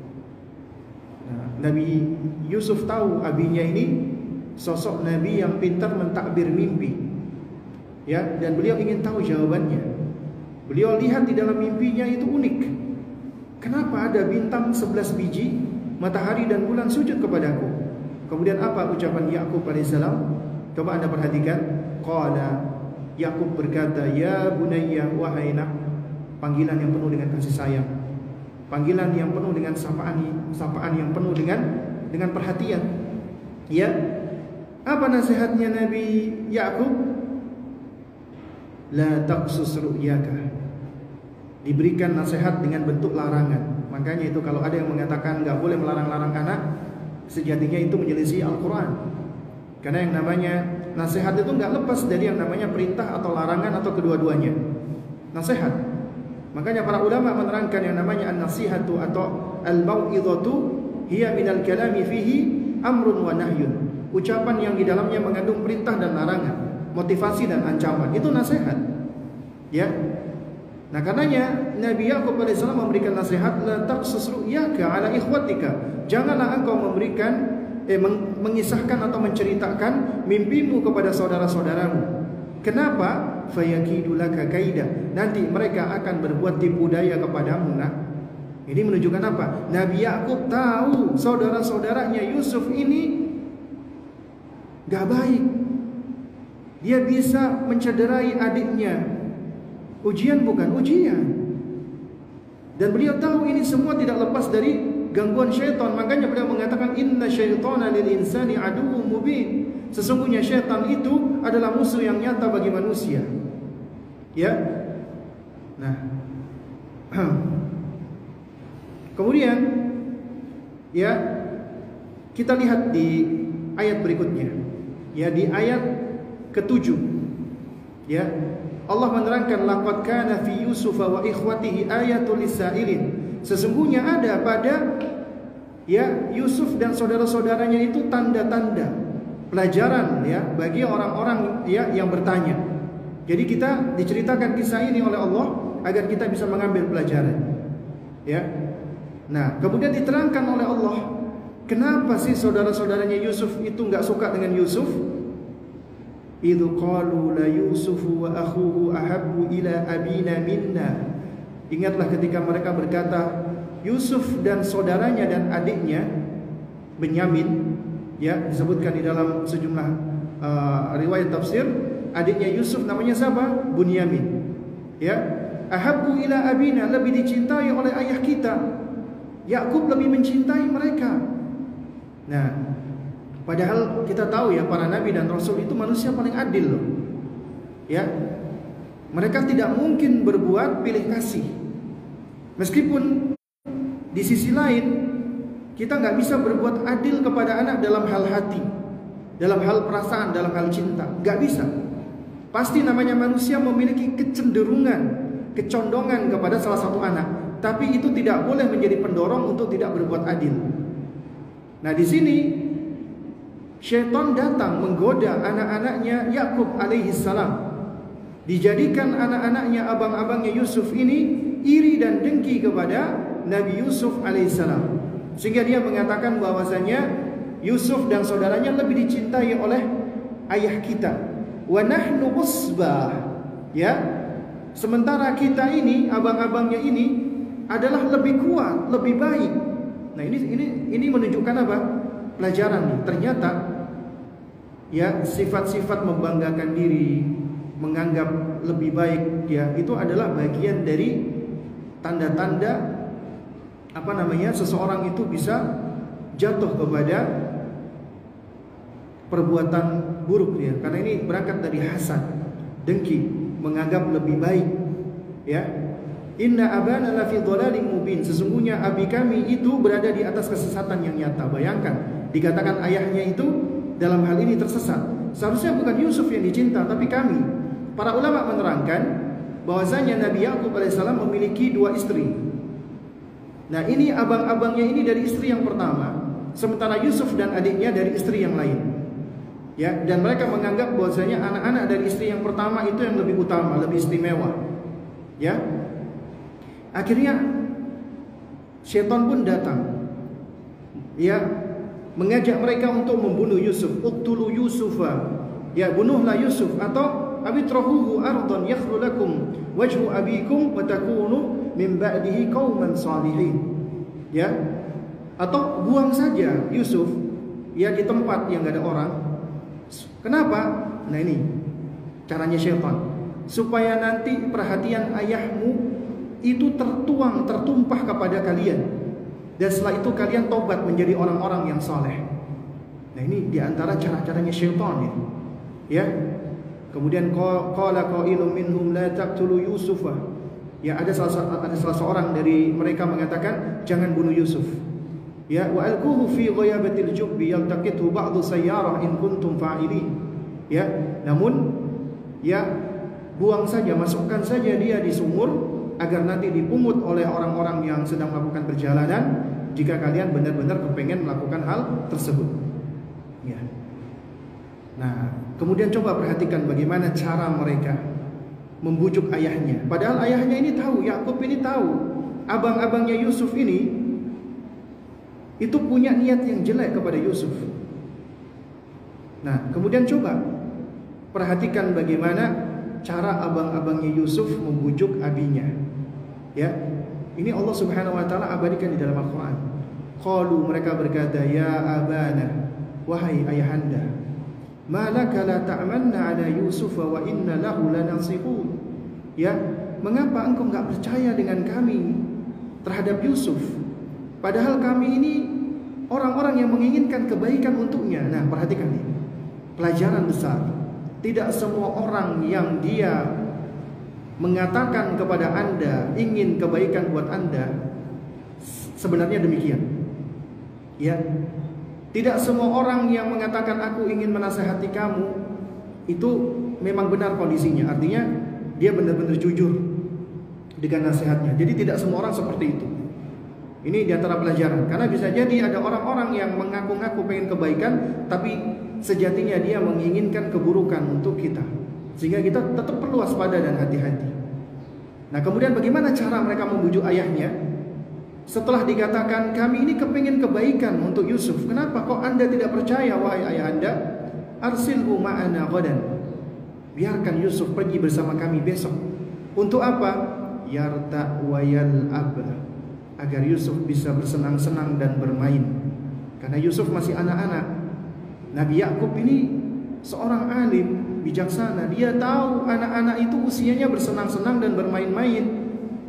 Nabi Yusuf tahu abinya ini sosok Nabi yang pintar mentakbir mimpi. Ya, dan beliau ingin tahu jawabannya. Beliau lihat di dalam mimpinya itu unik. Kenapa ada bintang 11 biji, matahari dan bulan sujud kepadaku? Kemudian apa ucapan Yakub alaihissalam? Coba Anda perhatikan. Qala, Yakub berkata, "Ya bunayya, wahai nak." Panggilan yang penuh dengan kasih sayang. Panggilan yang penuh dengan sapaan yang penuh dengan perhatian. Ya. Apa nasihatnya Nabi Yakub? La taqsus ru'yaka. Diberikan nasihat dengan bentuk larangan. Makanya itu kalau ada yang mengatakan enggak boleh melarang-larang anak, sejatinya itu menyelisih Al-Quran. Karena yang namanya nasihat itu enggak lepas dari yang namanya perintah atau larangan atau kedua-duanya. Nasihat. Makanya para ulama menerangkan yang namanya an-nasihatu atau al-mau'izatu hiya minal kalami fihi amrun wa nahyun. Ucapan yang di dalamnya mengandung perintah dan larangan, motivasi dan ancaman. Itu nasihat. Ya. Nah, karenanya Nabi Yakub alaihissalam memberikan nasihat, la taqsus ru'yaka ala ikhwatika. Janganlah engkau mengisahkan atau menceritakan mimpimu kepada saudara-saudaramu. Kenapa? Fayakidu laka kaida. Nanti mereka akan berbuat tipu daya kepadamu. Nah, ini menunjukkan apa? Nabi Yakub tahu saudara-saudaranya Yusuf ini gak baik. Dia bisa mencederai adiknya. Ujian bukan ujian. Dan beliau tahu ini semua tidak lepas dari gangguan syaitan. Makanya beliau mengatakan inna syaitana lil insani aduwwum mubin. Sesungguhnya syaitan itu adalah musuh yang nyata bagi manusia. Ya. Nah, kemudian ya kita lihat di ayat berikutnya. Ya, di ayat ke-7. Ya, Allah menerangkan laqad kana fi Yusuf wa ikhwatihi ayatul lisailin. Sesungguhnya ada pada ya Yusuf dan saudara-saudaranya itu tanda-tanda pelajaran ya bagi orang-orang ya yang bertanya. Jadi kita diceritakan kisah ini oleh Allah agar kita bisa mengambil pelajaran. Ya. Nah, kemudian diterangkan oleh Allah, kenapa sih saudara-saudaranya Yusuf itu enggak suka dengan Yusuf? Idzu qalu la Yusufu wa akhuhu ahabbu ila abina minna. Ingatlah ketika mereka berkata, Yusuf dan saudaranya dan adiknya Benyamin, ya disebutkan di dalam sejumlah riwayat tafsir, adiknya Yusuf namanya siapa? Bunyamin. Ya, ahabbu ila abina, lebih dicintai oleh ayah kita. Yakub lebih mencintai mereka. Nah, padahal kita tahu ya para nabi dan rasul itu manusia paling adil loh. Ya. Mereka tidak mungkin berbuat pilih kasih. Meskipun di sisi lain kita nggak bisa berbuat adil kepada anak dalam hal hati, dalam hal perasaan, dalam hal cinta, nggak bisa. Pasti namanya manusia memiliki kecenderungan, kecondongan kepada salah satu anak, tapi itu tidak boleh menjadi pendorong untuk tidak berbuat adil. Nah, di sini syaitan datang menggoda anak-anaknya Yakub alaihissalam. Dijadikan anak-anaknya, abang-abangnya Yusuf ini iri dan dengki kepada Nabi Yusuf alaihissalam, sehingga dia mengatakan bahwasanya Yusuf dan saudaranya lebih dicintai oleh ayah kita. Wa nahnu usbah, ya, sementara kita ini, abang-abangnya ini adalah lebih kuat, lebih baik. Nah, ini menunjukkan apa? Pelajaran nih. Ternyata ya sifat-sifat membanggakan diri, menganggap lebih baik ya, itu adalah bagian dari tanda-tanda seseorang itu bisa jatuh kepada perbuatan buruk ya. Karena ini berangkat dari hasad, dengki, menganggap lebih baik ya. Inna abana lafi dhalalin mubin, sesungguhnya abi kami itu berada di atas kesesatan yang nyata. Bayangkan, dikatakan ayahnya itu dalam hal ini tersesat. Seharusnya bukan Yusuf yang dicinta, tapi kami. Para ulama menerangkan bahwasanya Nabi Yakub alaihissalam memiliki 2 istri. Nah, ini abang-abangnya ini dari istri yang pertama, sementara Yusuf dan adiknya dari istri yang lain. Ya, dan mereka menganggap bahwasanya anak-anak dari istri yang pertama itu yang lebih utama, lebih istimewa. Ya. Akhirnya syaitan pun datang. Ya, mengajak mereka untuk membunuh Yusuf. Uqtulu Yusufa. Ya, bunuhlah Yusuf atau abitrahuhu ardhan yakhlu lakum wajhu abikum wa takunu min ba'dihi qauman salihin. Ya. Atau buang saja Yusuf ya di tempat yang enggak ada orang. Kenapa? Nah, ini caranya syaitan. Supaya nanti perhatian ayahmu itu tertumpah kepada kalian, dan setelah itu kalian tobat menjadi orang-orang yang saleh. Nah, ini diantara cara-caranya syaitan ya. Kemudian qala qailun minhum la taqtulu Yusufa. Ya, ada salah seorang dari mereka mengatakan jangan bunuh Yusuf. Ya, wa alquhu fi ghayabatil jubbi yaltaqithu ba'dhu sayyarah in kuntum fa'ilin. Ya, namun ya buang saja, masukkan saja dia di sumur agar nanti dipungut oleh orang-orang yang sedang melakukan perjalanan jika kalian benar-benar kepengen melakukan hal tersebut. Ya. Nah, kemudian coba perhatikan bagaimana cara mereka membujuk ayahnya. Padahal ayahnya ini tahu, Yakub ini tahu, abang-abangnya Yusuf ini itu punya niat yang jelek kepada Yusuf. Nah, kemudian coba perhatikan bagaimana cara abang-abangnya Yusuf membujuk abinya. Ya, ini Allah Subhanahu wa taala abadikan di dalam Al-Qur'an. Qalu, mereka berkata, ya abana, wahai ayahanda, malaka la ta'manna ala Yusuf wa inna lahu lanasihun. Ya, mengapa engkau enggak percaya dengan kami terhadap Yusuf? Padahal kami ini orang-orang yang menginginkan kebaikan untuknya. Nah, perhatikan nih. Pelajaran besar. Tidak semua orang yang dia mengatakan kepada Anda ingin kebaikan buat Anda, sebenarnya demikian. Ya. Tidak semua orang yang mengatakan aku ingin menasehati kamu itu memang benar kondisinya. Artinya dia benar-benar jujur dengan nasihatnya. Jadi tidak semua orang seperti itu. Ini diantara pelajaran. Karena bisa jadi ada orang-orang yang mengaku-ngaku pengen kebaikan, tapi sejatinya dia menginginkan keburukan untuk kita. Sehingga kita tetap perlu waspada dan hati-hati. Nah, kemudian bagaimana cara mereka membujuk ayahnya? Setelah dikatakan kami ini kepingin kebaikan untuk Yusuf, kenapa kok Anda tidak percaya wahai ayah Anda? Arsilhu ma'ana ghadan. Biarkan Yusuf pergi bersama kami besok. Untuk apa? Yarta wa yal'ab. Agar Yusuf bisa bersenang-senang dan bermain. Karena Yusuf masih anak-anak. Nabi Yakub ini seorang alim, bijaksana. Dia tahu anak-anak itu usianya bersenang-senang dan bermain-main.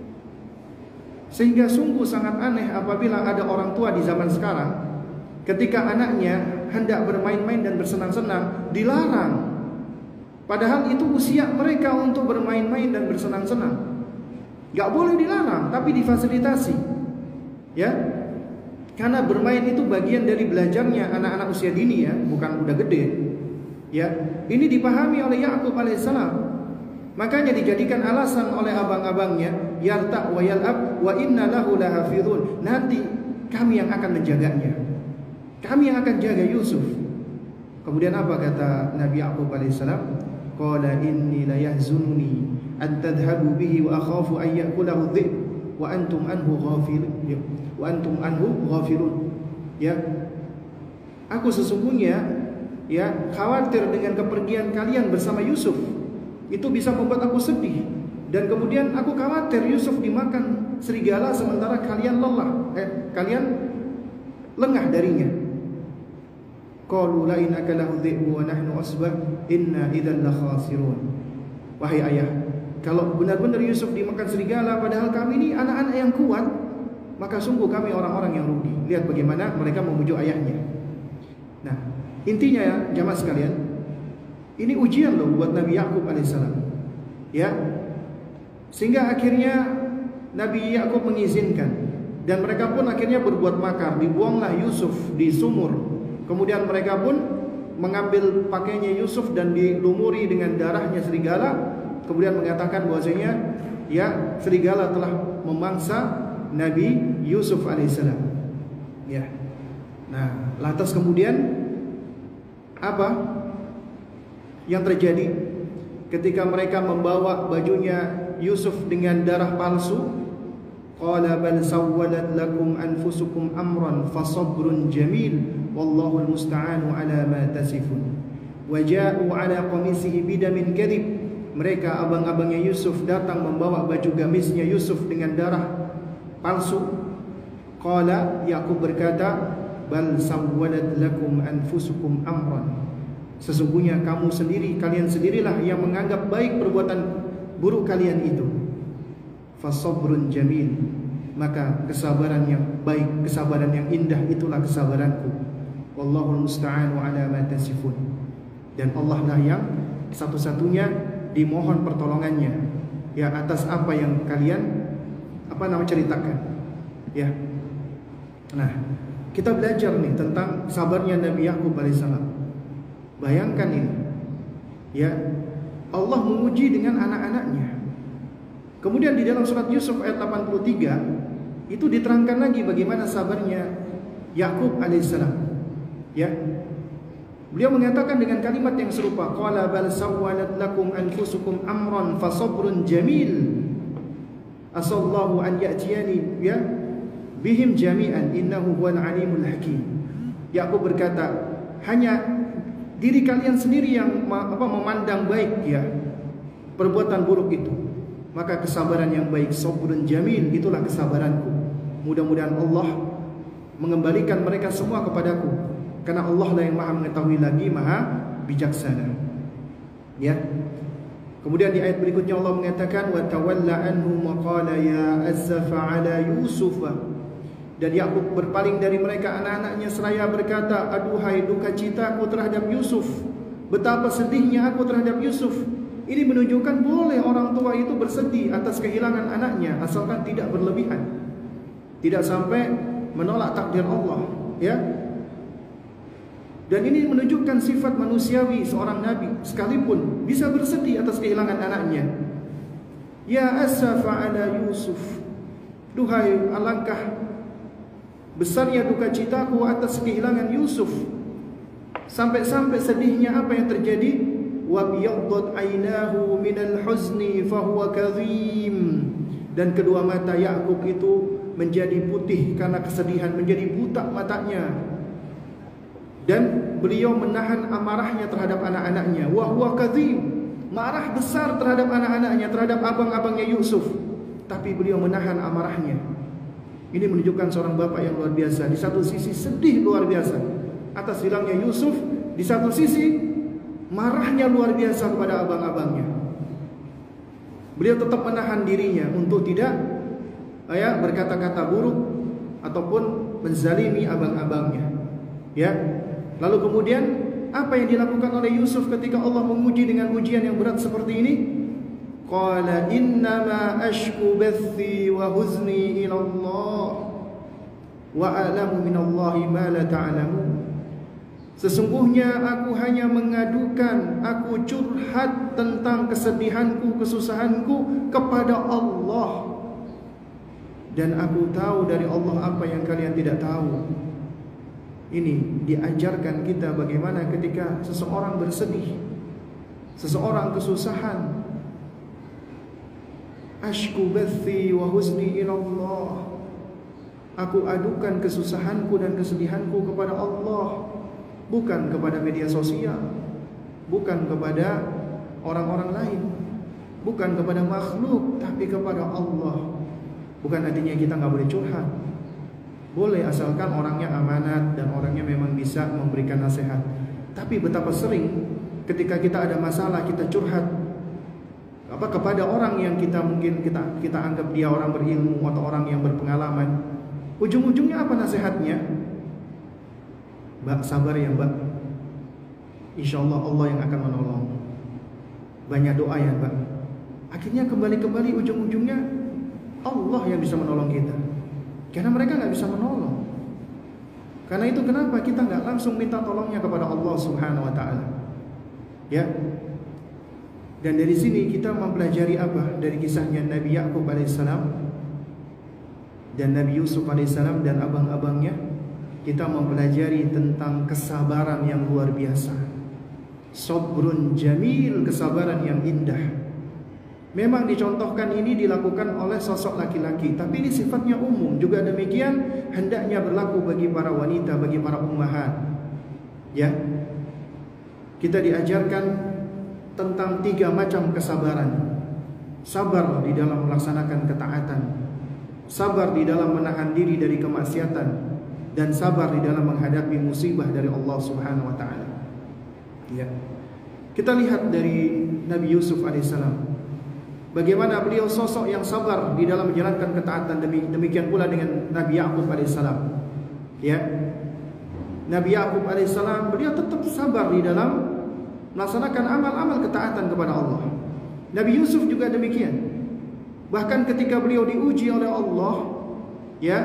Sehingga sungguh sangat aneh apabila ada orang tua di zaman sekarang ketika anaknya hendak bermain-main dan bersenang-senang dilarang. Padahal itu usia mereka untuk bermain-main dan bersenang-senang. Gak boleh dilarang, tapi difasilitasi. Ya, karena bermain itu bagian dari belajarnya anak-anak usia dini ya, bukan udah gede. Ya, ini dipahami oleh Yakub alaihissalam. Makanya dijadikan alasan oleh abang-abangnya, yarta wa yal'ab wa inna lahu lahafizun. Nanti kami yang akan menjaganya. Kami yang akan jaga Yusuf. Kemudian apa kata Nabi Yakub alaihissalam? Qala inni la yahzunni an tadhhabu bihi wa akhafu an ya'kulahu dhi'b wa antum anhu ghafilun. Wa antum anhu ghafilun. Ya. Aku sesungguhnya ya khawatir dengan kepergian kalian bersama Yusuf. Itu bisa membuat aku sedih. Dan kemudian aku khawatir Yusuf dimakan serigala sementara kalian kalian lengah darinya. Qalu la in akalahu dhi'bu wa nahnu asbah inna idzan la khasirun. Wahai ayah, kalau benar-benar Yusuf dimakan serigala padahal kami ini anak-anak yang kuat, maka sungguh kami orang-orang yang rugi. Lihat bagaimana mereka memujuk ayahnya. Nah, intinya ya jamaah sekalian, ini ujian loh buat Nabi Yakub alaihissalam. Ya. Sehingga akhirnya Nabi Yakub mengizinkan dan mereka pun akhirnya berbuat makar, dibuanglah Yusuf di sumur. Kemudian mereka pun mengambil pakaiannya Yusuf dan dilumuri dengan darahnya serigala. Kemudian mengatakan bahwasanya ya serigala telah memangsa Nabi Yusuf alaihissalam. Ya. Nah, lantas kemudian apa yang terjadi ketika mereka membawa bajunya Yusuf dengan darah palsu? Qala bal sawwalat lakum anfusukum amran fasabrun jamil wallahu almusta'anu ala ma tasifun. Wa ja'u ala qamisihi bidamin kadhib. Mereka abang-abangnya Yusuf datang membawa baju gamisnya Yusuf dengan darah palsu. Qala Yakub berkata, bal sawwalat lakum anfusukum amran. Sesungguhnya kamu sendiri, kalian sendirilah yang menganggap baik perbuatan buruk kalian itu. Fasabrun jamil. Maka kesabaran yang baik, kesabaran yang indah itulah kesabaranku. Wallahul musta'anu ala ma tasifun. Dan Allah lah yang satu-satunya dimohon pertolongannya ya atas apa yang kalian ceritakan. Ya. Nah, kita belajar nih tentang sabarnya Nabi Yakub alaihissalam. Bayangkan ini, ya Allah menguji dengan anak-anaknya. Kemudian di dalam surat Yusuf ayat 83 itu diterangkan lagi bagaimana sabarnya Yakub alaihissalam. Ya, beliau mengatakan dengan kalimat yang serupa, qala bal sawwalat lakum anfusukum amran fasabrun jamil. Asallahu an ya'tiyani ya bihim jami'an innahu huwal alimul hakim. Yakub berkata, hanya diri kalian sendiri yang memandang baik ya perbuatan buruk itu. Maka kesabaran yang baik, sabrun jamil, itulah kesabaranku. Mudah-mudahan Allah mengembalikan mereka semua kepadaku, karena Allah lah yang maha mengetahui lagi maha bijaksana. Ya. Kemudian di ayat berikutnya Allah mengatakan wa tawalla anhum wa qala ya asfa ala yusuf. Dan Yakub berpaling dari mereka anak-anaknya seraya berkata, aduhai duka citaku terhadap Yusuf. Betapa sedihnya aku terhadap Yusuf. Ini menunjukkan boleh orang tua itu bersedih atas kehilangan anaknya, asalkan tidak berlebihan, tidak sampai menolak takdir Allah, ya. Dan ini menunjukkan sifat manusiawi seorang nabi, sekalipun bisa bersedih atas kehilangan anaknya. Ya asafa ala Yusuf, duhai alangkah besarnya duka citaku atas kehilangan Yusuf. Sampai-sampai sedihnya apa yang terjadi? Wa biyaddat aynahu minal huzni fahuwa kadhim. Dan kedua mata Yakub itu menjadi putih karena kesedihan, menjadi buta matanya. Dan beliau menahan amarahnya terhadap anak-anaknya. Wa huwa kadhim, marah besar terhadap anak-anaknya, terhadap abang-abangnya Yusuf, tapi beliau menahan amarahnya. Ini menunjukkan seorang bapak yang luar biasa. Di satu sisi sedih luar biasa atas hilangnya Yusuf, di satu sisi marahnya luar biasa kepada abang-abangnya. Beliau tetap menahan dirinya untuk tidak berkata-kata buruk ataupun menzalimi abang-abangnya. Ya. Lalu kemudian apa yang dilakukan oleh Yusuf ketika Allah menguji dengan ujian yang berat seperti ini? Qala innama ashku bathi wa huzni ila Allah wa a'lamu minallahi ma la ta'lamun. Sesungguhnya aku hanya mengadukan, aku curhat tentang kesedihanku, kesusahanku kepada Allah, dan aku tahu dari Allah apa yang kalian tidak tahu. Ini diajarkan kita bagaimana ketika seseorang bersedih, seseorang kesusahan. Ashku bathi wa huzni ila Allah. Aku adukan kesusahanku dan kesedihanku kepada Allah, bukan kepada media sosial, bukan kepada orang-orang lain, bukan kepada makhluk, tapi kepada Allah. Bukan artinya kita nggak boleh curhat. Boleh, asalkan orangnya amanat dan orangnya memang bisa memberikan nasihat. Tapi betapa sering ketika kita ada masalah kita curhat kepada orang yang kita mungkin kita anggap dia orang berilmu atau orang yang berpengalaman. Ujung-ujungnya apa nasihatnya? Mbak, sabar ya Mbak, insya Allah Allah yang akan menolong. Banyak doa ya Mbak. Akhirnya kembali ujung-ujungnya Allah yang bisa menolong kita, karena mereka nggak bisa menolong. Karena itu kenapa kita nggak langsung minta tolongnya kepada Allah Subhanahu Wa Taala, ya. Dan dari sini kita mempelajari apa dari kisahnya Nabi Yakub alaihissalam dan Nabi Yusuf alaihissalam dan abang-abangnya. Kita mempelajari tentang kesabaran yang luar biasa. Sabrun jamil, kesabaran yang indah. Memang dicontohkan ini dilakukan oleh sosok laki-laki, tapi ini sifatnya umum. Juga demikian hendaknya berlaku bagi para wanita, bagi para ummahat. Ya. Kita diajarkan tentang 3 macam kesabaran. Sabar di dalam melaksanakan ketaatan, sabar di dalam menahan diri dari kemaksiatan, dan sabar di dalam menghadapi musibah dari Allah Subhanahu Wa Taala. Ya. Kita lihat dari Nabi Yusuf alaihissalam, bagaimana beliau sosok yang sabar di dalam menjalankan ketaatan. Demikian pula dengan Nabi Yakub alaihissalam. Ya. Nabi Yakub alaihissalam beliau tetap sabar di dalam melaksanakan amal-amal ketaatan kepada Allah. Nabi Yusuf juga demikian. Bahkan ketika beliau diuji oleh Allah, ya,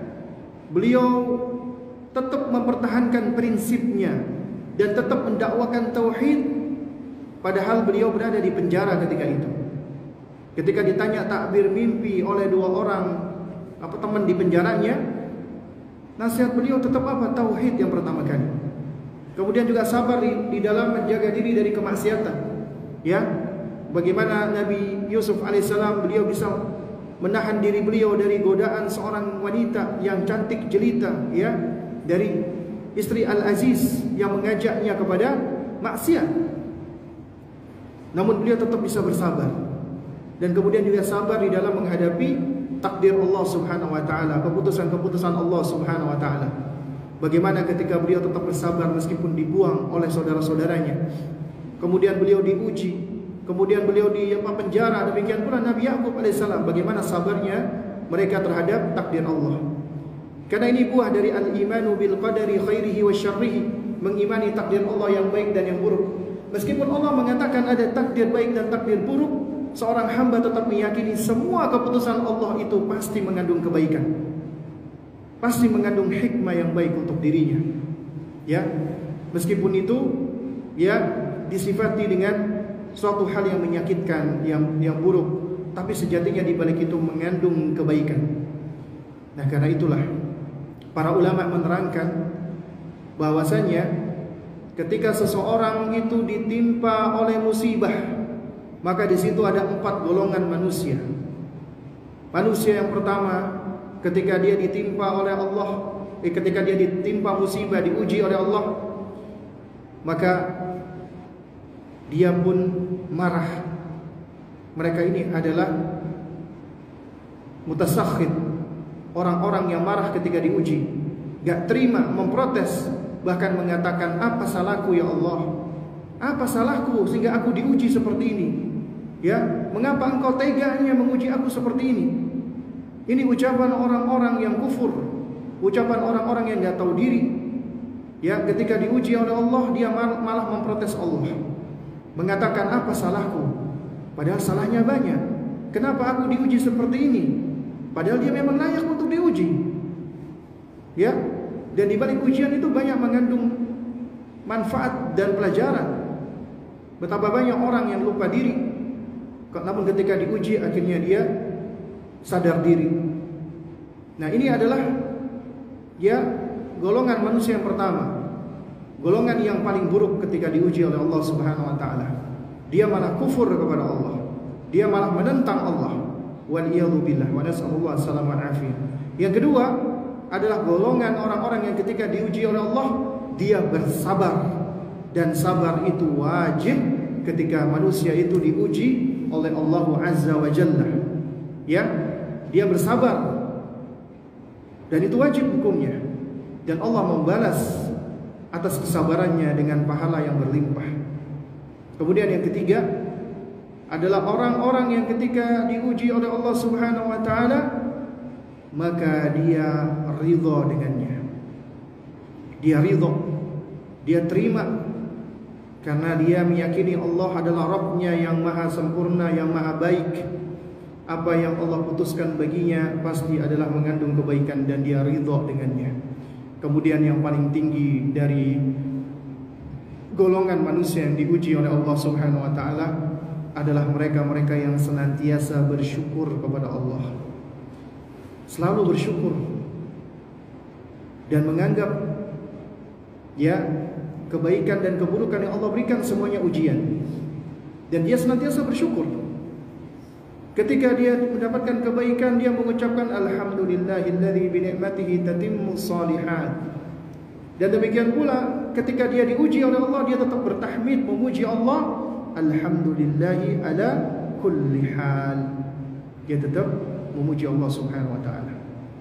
beliau tetap mempertahankan prinsipnya dan tetap mendakwakan tauhid, padahal beliau berada di penjara ketika itu. Ketika ditanya takbir mimpi oleh 2 orang teman di penjaranya, nasihat beliau tetap apa? Tauhid yang pertama kali. Kemudian juga sabar di dalam menjaga diri dari kemaksiatan. Ya, bagaimana Nabi Yusuf alaihissalam beliau bisa menahan diri beliau dari godaan seorang wanita yang cantik jelita, ya, dari istri Al-Aziz yang mengajaknya kepada maksiat. Namun beliau tetap bisa bersabar. Dan kemudian juga sabar di dalam menghadapi takdir Allah Subhanahu Wa Taala, keputusan-keputusan Allah Subhanahu Wa Taala. Bagaimana ketika beliau tetap bersabar meskipun dibuang oleh saudara-saudaranya. Kemudian beliau diuji, kemudian beliau di penjara. Demikian pula Nabi Yakub alaihissalam, bagaimana sabarnya mereka terhadap takdir Allah. Karena ini buah dari al-imanu bil qadari khairihi wa syarrihi, mengimani takdir Allah yang baik dan yang buruk. Meskipun Allah mengatakan ada takdir baik dan takdir buruk, seorang hamba tetap meyakini semua keputusan Allah itu pasti mengandung kebaikan, pasti mengandung hikmah yang baik untuk dirinya. Ya, meskipun itu ya disifati dengan suatu hal yang menyakitkan, yang buruk, tapi sejatinya di balik itu mengandung kebaikan. Nah, karena itulah para ulama menerangkan bahwasanya ketika seseorang itu ditimpa oleh musibah, maka di situ ada 4 golongan manusia. Manusia yang pertama, ketika dia ditimpa oleh Allah, ketika dia ditimpa musibah, diuji oleh Allah, maka dia pun marah. Mereka ini adalah mutasakhid, orang-orang yang marah ketika diuji, gak terima, memprotes, bahkan mengatakan, apa salahku ya Allah? Apa salahku sehingga aku diuji seperti ini? Ya, mengapa engkau teganya menguji aku seperti ini? Ini ucapan orang-orang yang kufur, ucapan orang-orang yang gak tahu diri. Ya, ketika diuji oleh Allah, dia malah memprotes Allah, mengatakan, apa salahku? Padahal salahnya banyak. Kenapa aku diuji seperti ini? Padahal dia memang layak untuk diuji. Ya, dan di balik ujian itu banyak mengandung manfaat dan pelajaran. Betapa banyak orang yang lupa diri, namun ketika diuji akhirnya dia sadar diri. Nah, ini adalah ya golongan manusia yang pertama, golongan yang paling buruk ketika diuji oleh Allah Subhanahu wa taala. Dia malah kufur kepada Allah, dia malah menentang Allah. Waliyadu billah wa nas'alullah salaman afiyah. Yang kedua adalah golongan orang-orang yang ketika diuji oleh Allah, dia bersabar. Dan sabar itu wajib ketika manusia itu diuji oleh Allah Azza wa Jalla. Ya, dia bersabar, dan itu wajib hukumnya. Dan Allah membalas atas kesabarannya dengan pahala yang berlimpah. Kemudian yang ketiga adalah orang-orang yang ketika diuji oleh Allah Subhanahu wa taala, maka dia ridha dengannya. Dia ridha, dia terima, karena dia meyakini Allah adalah Rabb-Nya yang maha sempurna, yang maha baik. Apa yang Allah putuskan baginya pasti adalah mengandung kebaikan, dan dia ridha dengannya. Kemudian yang paling tinggi dari golongan manusia yang diuji oleh Allah Subhanahu wa taala adalah mereka-mereka yang senantiasa bersyukur kepada Allah. Selalu bersyukur dan menganggap ya kebaikan dan keburukan yang Allah berikan semuanya ujian, dan dia senantiasa bersyukur. Ketika dia mendapatkan kebaikan, dia mengucapkan alhamdulillahilladzi bi ni'matihi tatimmus shalihat. Dan demikian pula ketika dia diuji oleh Allah, dia tetap bertahmid, memuji Allah, alhamdulillahi ala kulli hal. Dia tetap memuji Allah Subhanahu wa taala.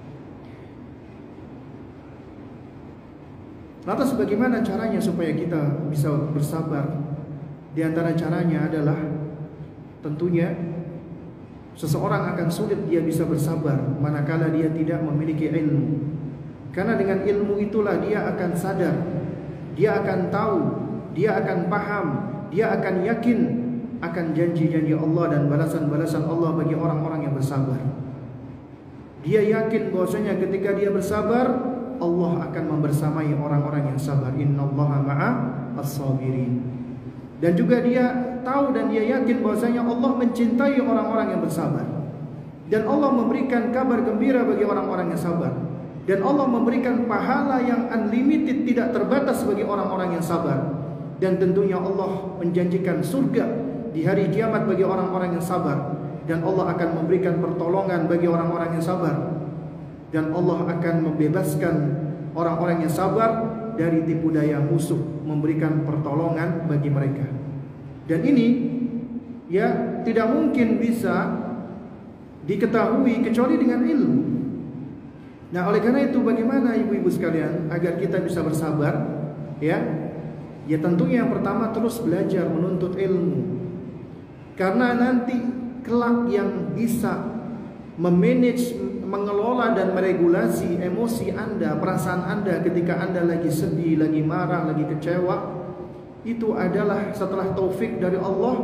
Lantas bagaimana caranya supaya kita bisa bersabar? Di antara caranya adalah tentunya seseorang akan sulit dia bisa bersabar manakala dia tidak memiliki ilmu. Karena dengan ilmu itulah dia akan sadar, dia akan tahu, dia akan paham, dia akan yakin akan janji-janji Allah dan balasan-balasan Allah bagi orang-orang yang bersabar. Dia yakin bahwasanya ketika dia bersabar, Allah akan membersamai orang-orang yang sabar. Innallaha ma'as-sabirin. Dan juga dia tahu dan dia yakin bahwasanya Allah mencintai orang-orang yang bersabar. Dan Allah memberikan kabar gembira bagi orang-orang yang sabar. Dan Allah memberikan pahala yang unlimited, tidak terbatas bagi orang-orang yang sabar. Dan tentunya Allah menjanjikan surga di hari kiamat bagi orang-orang yang sabar. Dan Allah akan memberikan pertolongan bagi orang-orang yang sabar. Dan Allah akan membebaskan orang-orang yang sabar dari tipu daya musuh, memberikan pertolongan bagi mereka. Dan ini ya tidak mungkin bisa diketahui kecuali dengan ilmu. Nah, oleh karena itu bagaimana ibu-ibu sekalian agar kita bisa bersabar? Ya tentunya yang pertama terus belajar menuntut ilmu. Karena nanti kelak yang bisa memanage, mengelola dan meregulasi emosi Anda, perasaan Anda ketika Anda lagi sedih, lagi marah, lagi kecewa, itu adalah setelah taufik dari Allah,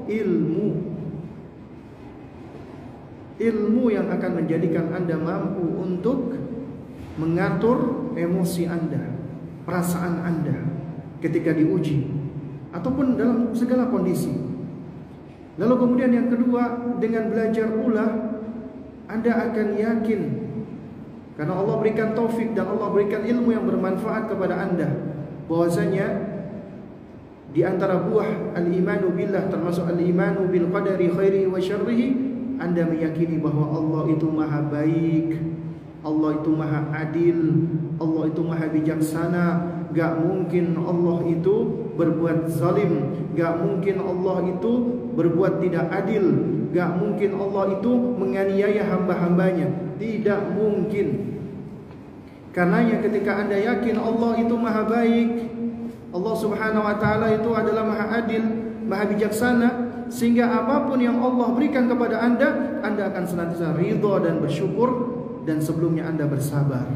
ilmu yang akan menjadikan Anda mampu untuk mengatur emosi Anda, perasaan Anda ketika diuji ataupun dalam segala kondisi. Lalu kemudian yang kedua, dengan belajar pula Anda akan yakin, karena Allah berikan taufik dan Allah berikan ilmu yang bermanfaat kepada Anda, bahwasanya di antara buah al-imanu billah termasuk al-imanu bil qadari khairihi wa syarrihi, Anda meyakini bahwa Allah itu maha baik, Allah itu maha adil, Allah itu maha bijaksana. Gak mungkin Allah itu berbuat zalim, gak mungkin Allah itu berbuat tidak adil, gak mungkin Allah itu menganiaya hamba-hambanya. Tidak mungkin. Karenanya ketika Anda yakin Allah itu maha baik, Allah subhanahu wa ta'ala itu adalah maha adil, maha bijaksana, sehingga apapun yang Allah berikan kepada Anda akan senantiasa ridha dan bersyukur, dan sebelumnya Anda bersabar.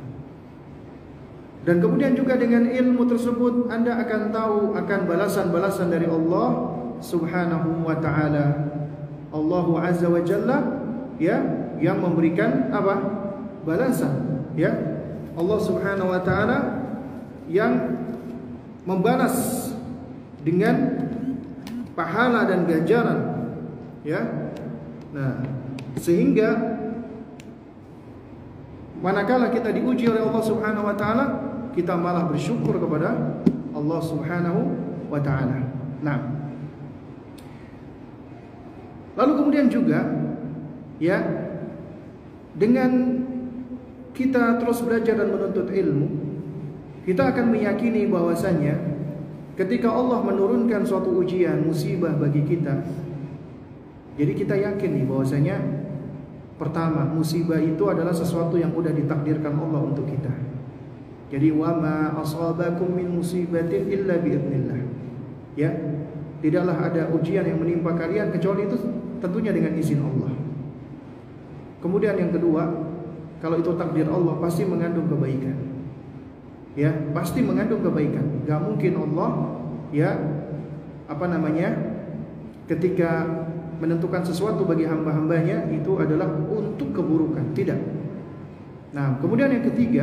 Dan kemudian juga dengan ilmu tersebut Anda akan tahu akan balasan-balasan dari Allah subhanahu wa ta'ala. Allahu azza wa jalla, ya, yang memberikan apa? Balasan, ya. Allah subhanahu wa ta'ala yang membalas dengan pahala dan ganjaran, ya. Nah, sehingga manakala kita diuji oleh Allah subhanahu wa ta'ala, kita malah bersyukur kepada Allah subhanahu wa ta'ala. Nah, lalu kemudian juga, ya, dengan kita terus belajar dan menuntut ilmu, kita akan meyakini bahwasanya ketika Allah menurunkan suatu ujian, musibah bagi kita, jadi kita yakin nih bahwasanya pertama, musibah itu adalah sesuatu yang sudah ditakdirkan Allah untuk kita. Jadi wa ma asabakum min musibatin illa biidznillah. Ya, tidaklah ada ujian yang menimpa kalian kecuali itu tentunya dengan izin Allah. Kemudian yang kedua, kalau itu takdir Allah pasti mengandung kebaikan. Ya, pasti mengandung kebaikan. Gak mungkin Allah, ya, ketika menentukan sesuatu bagi hamba-hambanya itu adalah untuk keburukan. Tidak. Nah, kemudian yang ketiga,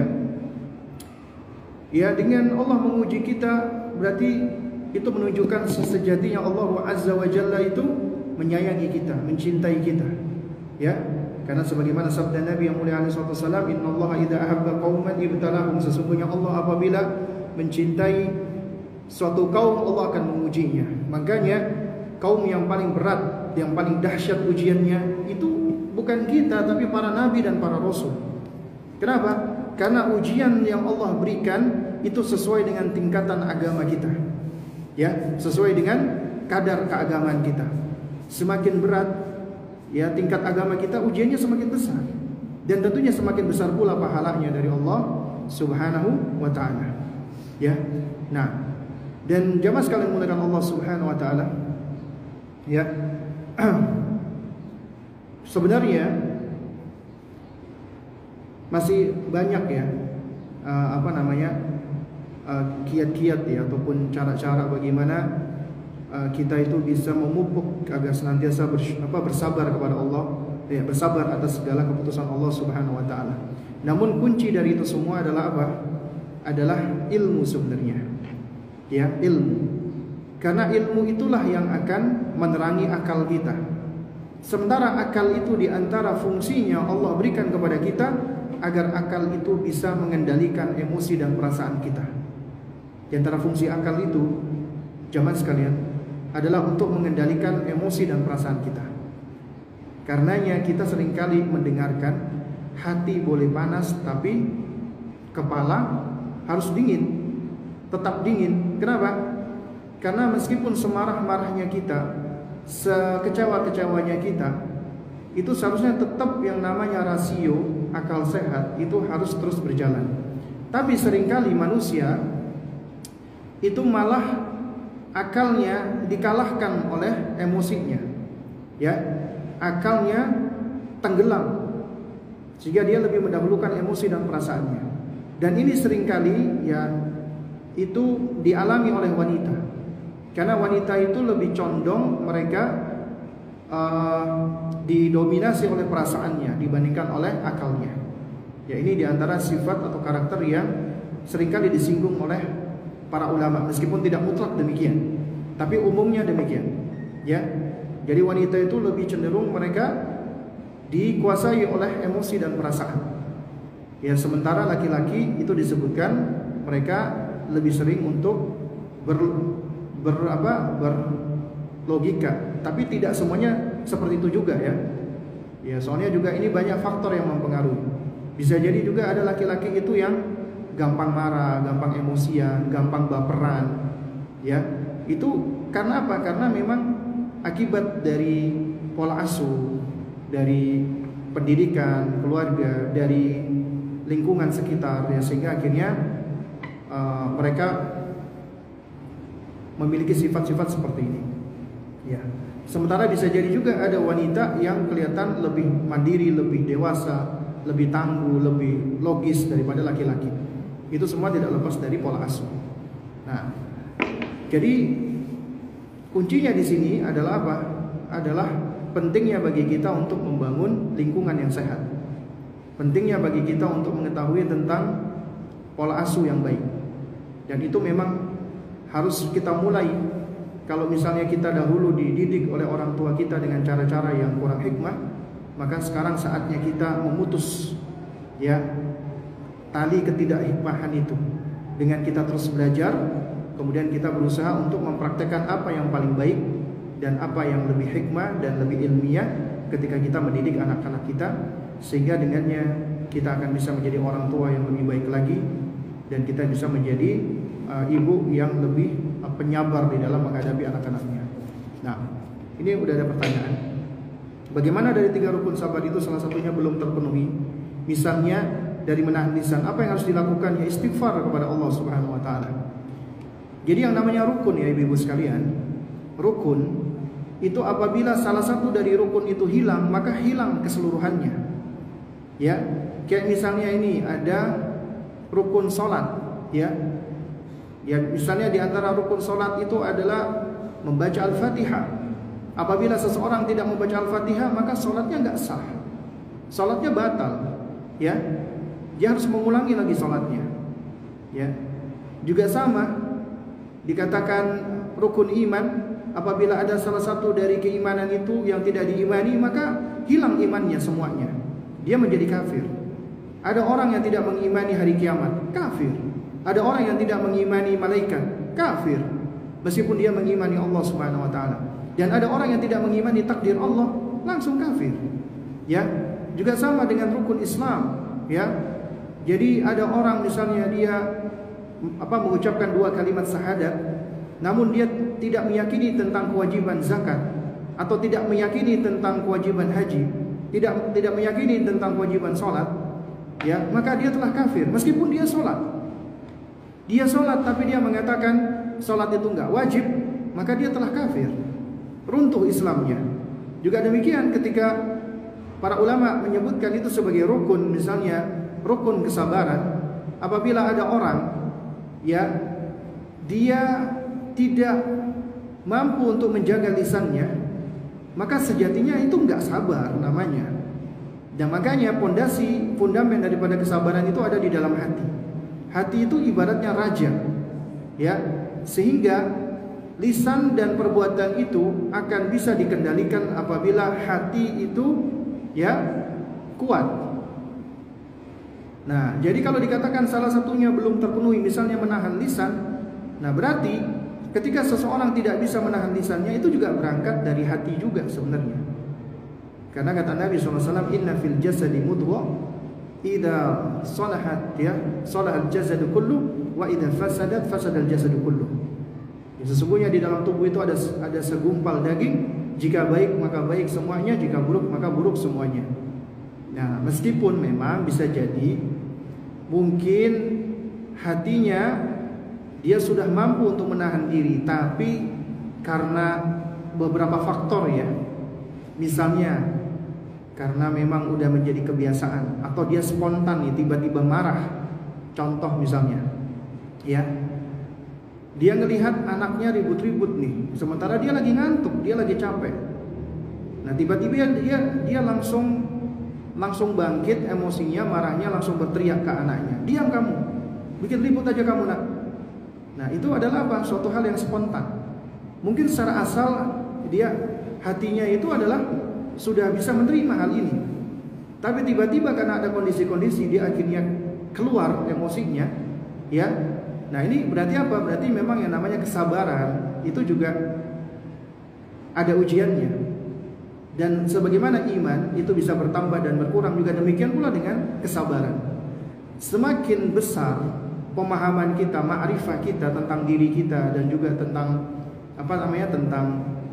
ya, dengan Allah menguji kita berarti itu menunjukkan sejatinya Allah azza wa jalla itu menyayangi kita, mencintai kita. Ya, karena sebagaimana sabda Nabi yang mulia alaihi wasallam, innallaha idza ahabba qauman ibtalahum, sesungguhnya Allah apabila mencintai suatu kaum Allah akan mengujinya. Makanya kaum yang paling berat, yang paling dahsyat ujiannya itu bukan kita tapi para nabi dan para rasul. Kenapa? Karena ujian yang Allah berikan itu sesuai dengan tingkatan agama kita. Ya, sesuai dengan kadar keagamaan kita. Semakin berat, ya, tingkat agama kita, ujiannya semakin besar. Dan tentunya semakin besar pula pahalanya dari Allah subhanahu wa ta'ala. Ya. Nah, dan jamaah sekalian muliakan Allah subhanahu wa ta'ala, ya, sebenarnya masih banyak, ya, kiat-kiat, ya, ataupun cara-cara bagaimana kita itu bisa memupuk agar senantiasa bersabar kepada Allah, ya, bersabar atas segala keputusan Allah subhanahu wa ta'ala. Namun kunci dari itu semua adalah apa? Adalah ilmu sebenarnya, ya, ilmu. Karena ilmu itulah yang akan menerangi akal kita. Sementara akal itu diantara fungsinya Allah berikan kepada kita agar akal itu bisa mengendalikan emosi dan perasaan kita. Di antara fungsi akal itu, jamaah sekalian, adalah untuk mengendalikan emosi dan perasaan kita. Karenanya kita seringkali mendengarkan hati boleh panas tapi kepala harus dingin, tetap dingin. Kenapa? Karena meskipun semarah-marahnya kita, sekecewa-kecewanya kita, itu seharusnya tetap yang namanya rasio akal sehat itu harus terus berjalan. Tapi seringkali manusia itu malah akalnya dikalahkan oleh emosinya, ya, akalnya tenggelam sehingga dia lebih mendahulukan emosi dan perasaannya. Dan ini seringkali, ya, itu dialami oleh wanita. Karena wanita itu lebih condong mereka didominasi oleh perasaannya dibandingkan oleh akalnya. Ya, ini diantara sifat atau karakter yang seringkali disinggung oleh para ulama, meskipun tidak mutlak demikian, tapi umumnya demikian. Ya, jadi wanita itu lebih cenderung mereka dikuasai oleh emosi dan perasaan. Ya, sementara laki-laki itu disebutkan mereka lebih sering untuk berlogika, tapi tidak semuanya seperti itu juga ya. Ya, soalnya juga ini banyak faktor yang mempengaruhi. Bisa jadi juga ada laki-laki itu yang gampang marah, gampang emosian, gampang baperan. Ya, itu karena apa? Karena memang akibat dari pola asuh, dari pendidikan, keluarga, dari lingkungan sekitar ya, sehingga akhirnya mereka memiliki sifat-sifat seperti ini. Ya. Sementara bisa jadi juga ada wanita yang kelihatan lebih mandiri, lebih dewasa, lebih tangguh, lebih logis daripada laki-laki. Itu semua tidak lepas dari pola asuh. Nah, jadi kuncinya di sini adalah apa? Adalah pentingnya bagi kita untuk membangun lingkungan yang sehat. Pentingnya bagi kita untuk mengetahui tentang pola asuh yang baik. Dan itu memang harus kita mulai. Kalau misalnya kita dahulu dididik oleh orang tua kita dengan cara-cara yang kurang hikmah, maka sekarang saatnya kita memutus ya tali ketidakhikmahan itu dengan kita terus belajar, kemudian kita berusaha untuk mempraktekkan apa yang paling baik dan apa yang lebih hikmah dan lebih ilmiah ketika kita mendidik anak-anak kita, sehingga dengannya kita akan bisa menjadi orang tua yang lebih baik lagi dan kita bisa menjadi ibu yang lebih penyabar di dalam menghadapi anak-anaknya. Nah, ini udah ada pertanyaan. Bagaimana dari 3 rukun sabar itu salah satunya belum terpenuhi? Misalnya dari menahan lisan, apa yang harus dilakukan? Ya istighfar kepada Allah Subhanahu wa taala. Jadi yang namanya rukun ya ibu-ibu sekalian, rukun itu apabila salah satu dari rukun itu hilang, maka hilang keseluruhannya. Ya, kayak misalnya ini ada rukun salat, ya. Ya, misalnya di antara rukun salat itu adalah membaca Al-Fatihah. Apabila seseorang tidak membaca Al-Fatihah, maka salatnya enggak sah. Salatnya batal, ya. Dia harus mengulangi lagi salatnya. Ya. Juga sama dikatakan rukun iman, apabila ada salah satu dari keimanan itu yang tidak diimani, maka hilang imannya semuanya. Dia menjadi kafir. Ada orang yang tidak mengimani hari kiamat, kafir. Ada orang yang tidak mengimani malaikat, kafir, meskipun dia mengimani Allah Subhanahu wa taala. Dan ada orang yang tidak mengimani takdir Allah, langsung kafir. Ya, juga sama dengan rukun Islam, ya. Jadi ada orang misalnya dia mengucapkan 2 kalimat syahadat, namun dia tidak meyakini tentang kewajiban zakat, atau tidak meyakini tentang kewajiban haji, tidak meyakini tentang kewajiban sholat, ya, maka dia telah kafir meskipun dia sholat. Dia sholat tapi dia mengatakan sholat itu enggak wajib, maka dia telah kafir, runtuh Islamnya. Juga demikian ketika para ulama menyebutkan itu sebagai rukun, misalnya rukun kesabaran. Apabila ada orang ya dia tidak mampu untuk menjaga lisannya, maka sejatinya itu enggak sabar namanya. Dan makanya fundamen daripada kesabaran itu ada di dalam hati. Hati itu ibaratnya raja, ya, sehingga lisan dan perbuatan itu akan bisa dikendalikan apabila hati itu ya kuat. Nah, jadi kalau dikatakan salah satunya belum terpenuhi, misalnya menahan lisan, nah berarti ketika seseorang tidak bisa menahan lisannya, itu juga berangkat dari hati juga sebenarnya. Karena kata Nabi SAW, inna fil jasadi mudghah, idza salahat ya salahal jasadu kullu wa idza fasadat fasadal jasadu kullu. Ya, sesungguhnya di dalam tubuh itu ada segumpal daging, jika baik maka baik semuanya, jika buruk maka buruk semuanya. Nah, meskipun memang bisa jadi mungkin hatinya dia sudah mampu untuk menahan diri, tapi karena beberapa faktor ya, misalnya karena memang udah menjadi kebiasaan, atau dia spontan nih tiba-tiba marah, contoh misalnya ya, Dia ngelihat anaknya ribut-ribut nih, sementara dia lagi ngantuk, dia lagi capek. Nah, tiba-tiba dia langsung bangkit emosinya, marahnya, langsung berteriak ke anaknya, "Diam kamu, bikin ribut aja kamu, nak." Nah, itu adalah apa? Suatu hal yang spontan. Mungkin secara asal dia hatinya itu adalah sudah bisa menerima hal ini, tapi tiba-tiba karena ada kondisi-kondisi dia akhirnya keluar emosinya, ya. Nah, ini berarti apa? Berarti memang yang namanya kesabaran itu juga ada ujiannya. Dan sebagaimana iman itu bisa bertambah dan berkurang, juga demikian pula dengan kesabaran. Semakin besar pemahaman kita, ma'rifah kita tentang diri kita dan juga tentang tentang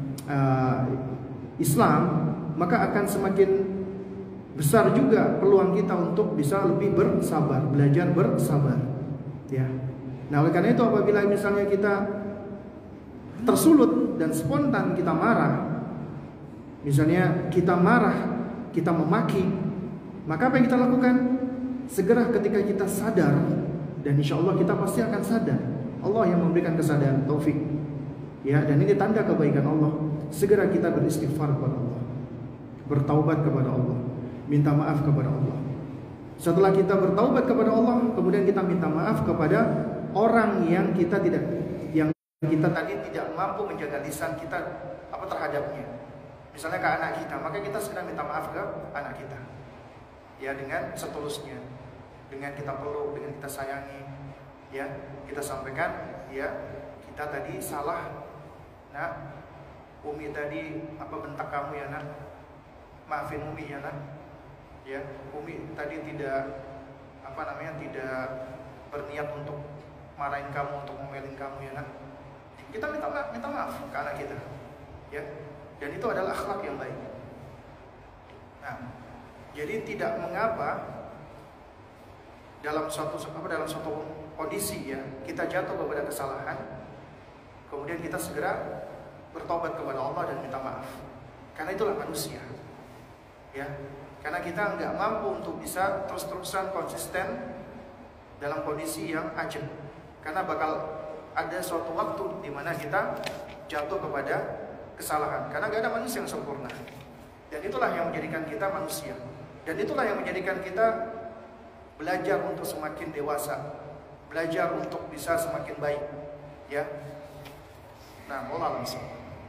Islam, maka akan semakin besar juga peluang kita untuk bisa lebih bersabar, belajar bersabar, ya. Nah, oleh karena itu apabila misalnya kita tersulut dan spontan kita marah, misalnya kita marah, kita memaki, maka apa yang kita lakukan? Segera ketika kita sadar, dan insya Allah kita pasti akan sadar. Allah yang memberikan kesadaran, taufik, ya, dan ini tanda kebaikan Allah. Segera kita beristighfar kepada Allah, bertaubat kepada Allah, minta maaf kepada Allah. Setelah kita bertaubat kepada Allah, kemudian kita minta maaf kepada orang yang kita tadi tidak mampu menjaga lisan kita terhadapnya. Misalnya ke anak kita, maka kita segera minta maaf ke anak kita, ya, dengan setulusnya, dengan kita peluk, dengan kita sayangi, ya, kita sampaikan, ya, kita tadi salah, nak, Umi tadi bentak kamu ya, nak, maafin Umi ya, nak, ya, Umi tadi tidak tidak berniat untuk marahin kamu, untuk ngomelin kamu ya, nak. Kita minta maaf ke anak kita, ya. Dan itu adalah akhlak yang baik. Nah, jadi tidak mengapa dalam suatu kondisi, ya, kita jatuh kepada kesalahan, kemudian kita segera bertobat kepada Allah dan minta maaf. Karena itulah manusia, ya. Karena kita nggak mampu untuk bisa terus-terusan konsisten dalam kondisi yang ajab. Karena bakal ada suatu waktu di mana kita jatuh kepada kesalahan. Karena gak ada manusia yang sempurna. Dan itulah yang menjadikan kita manusia. Dan itulah yang menjadikan kita belajar untuk semakin dewasa, belajar untuk bisa semakin baik, ya. Nah, mulai langsung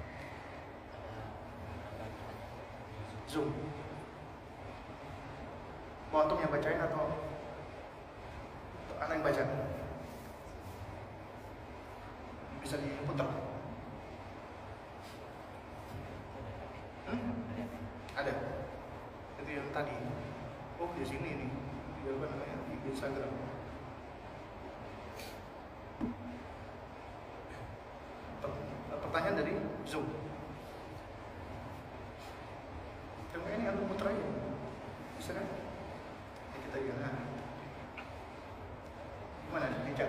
Zoom. Mau antum yang bacain atau anak yang baca? Bisa diputar? Ada. Itu yang tadi. Oh, di sini nih. Di Instagram. Pertanyaan dari Zoom. Yang ini antum putar aja. Bisa kan? Ini kita lihat. Gimana? Dicek.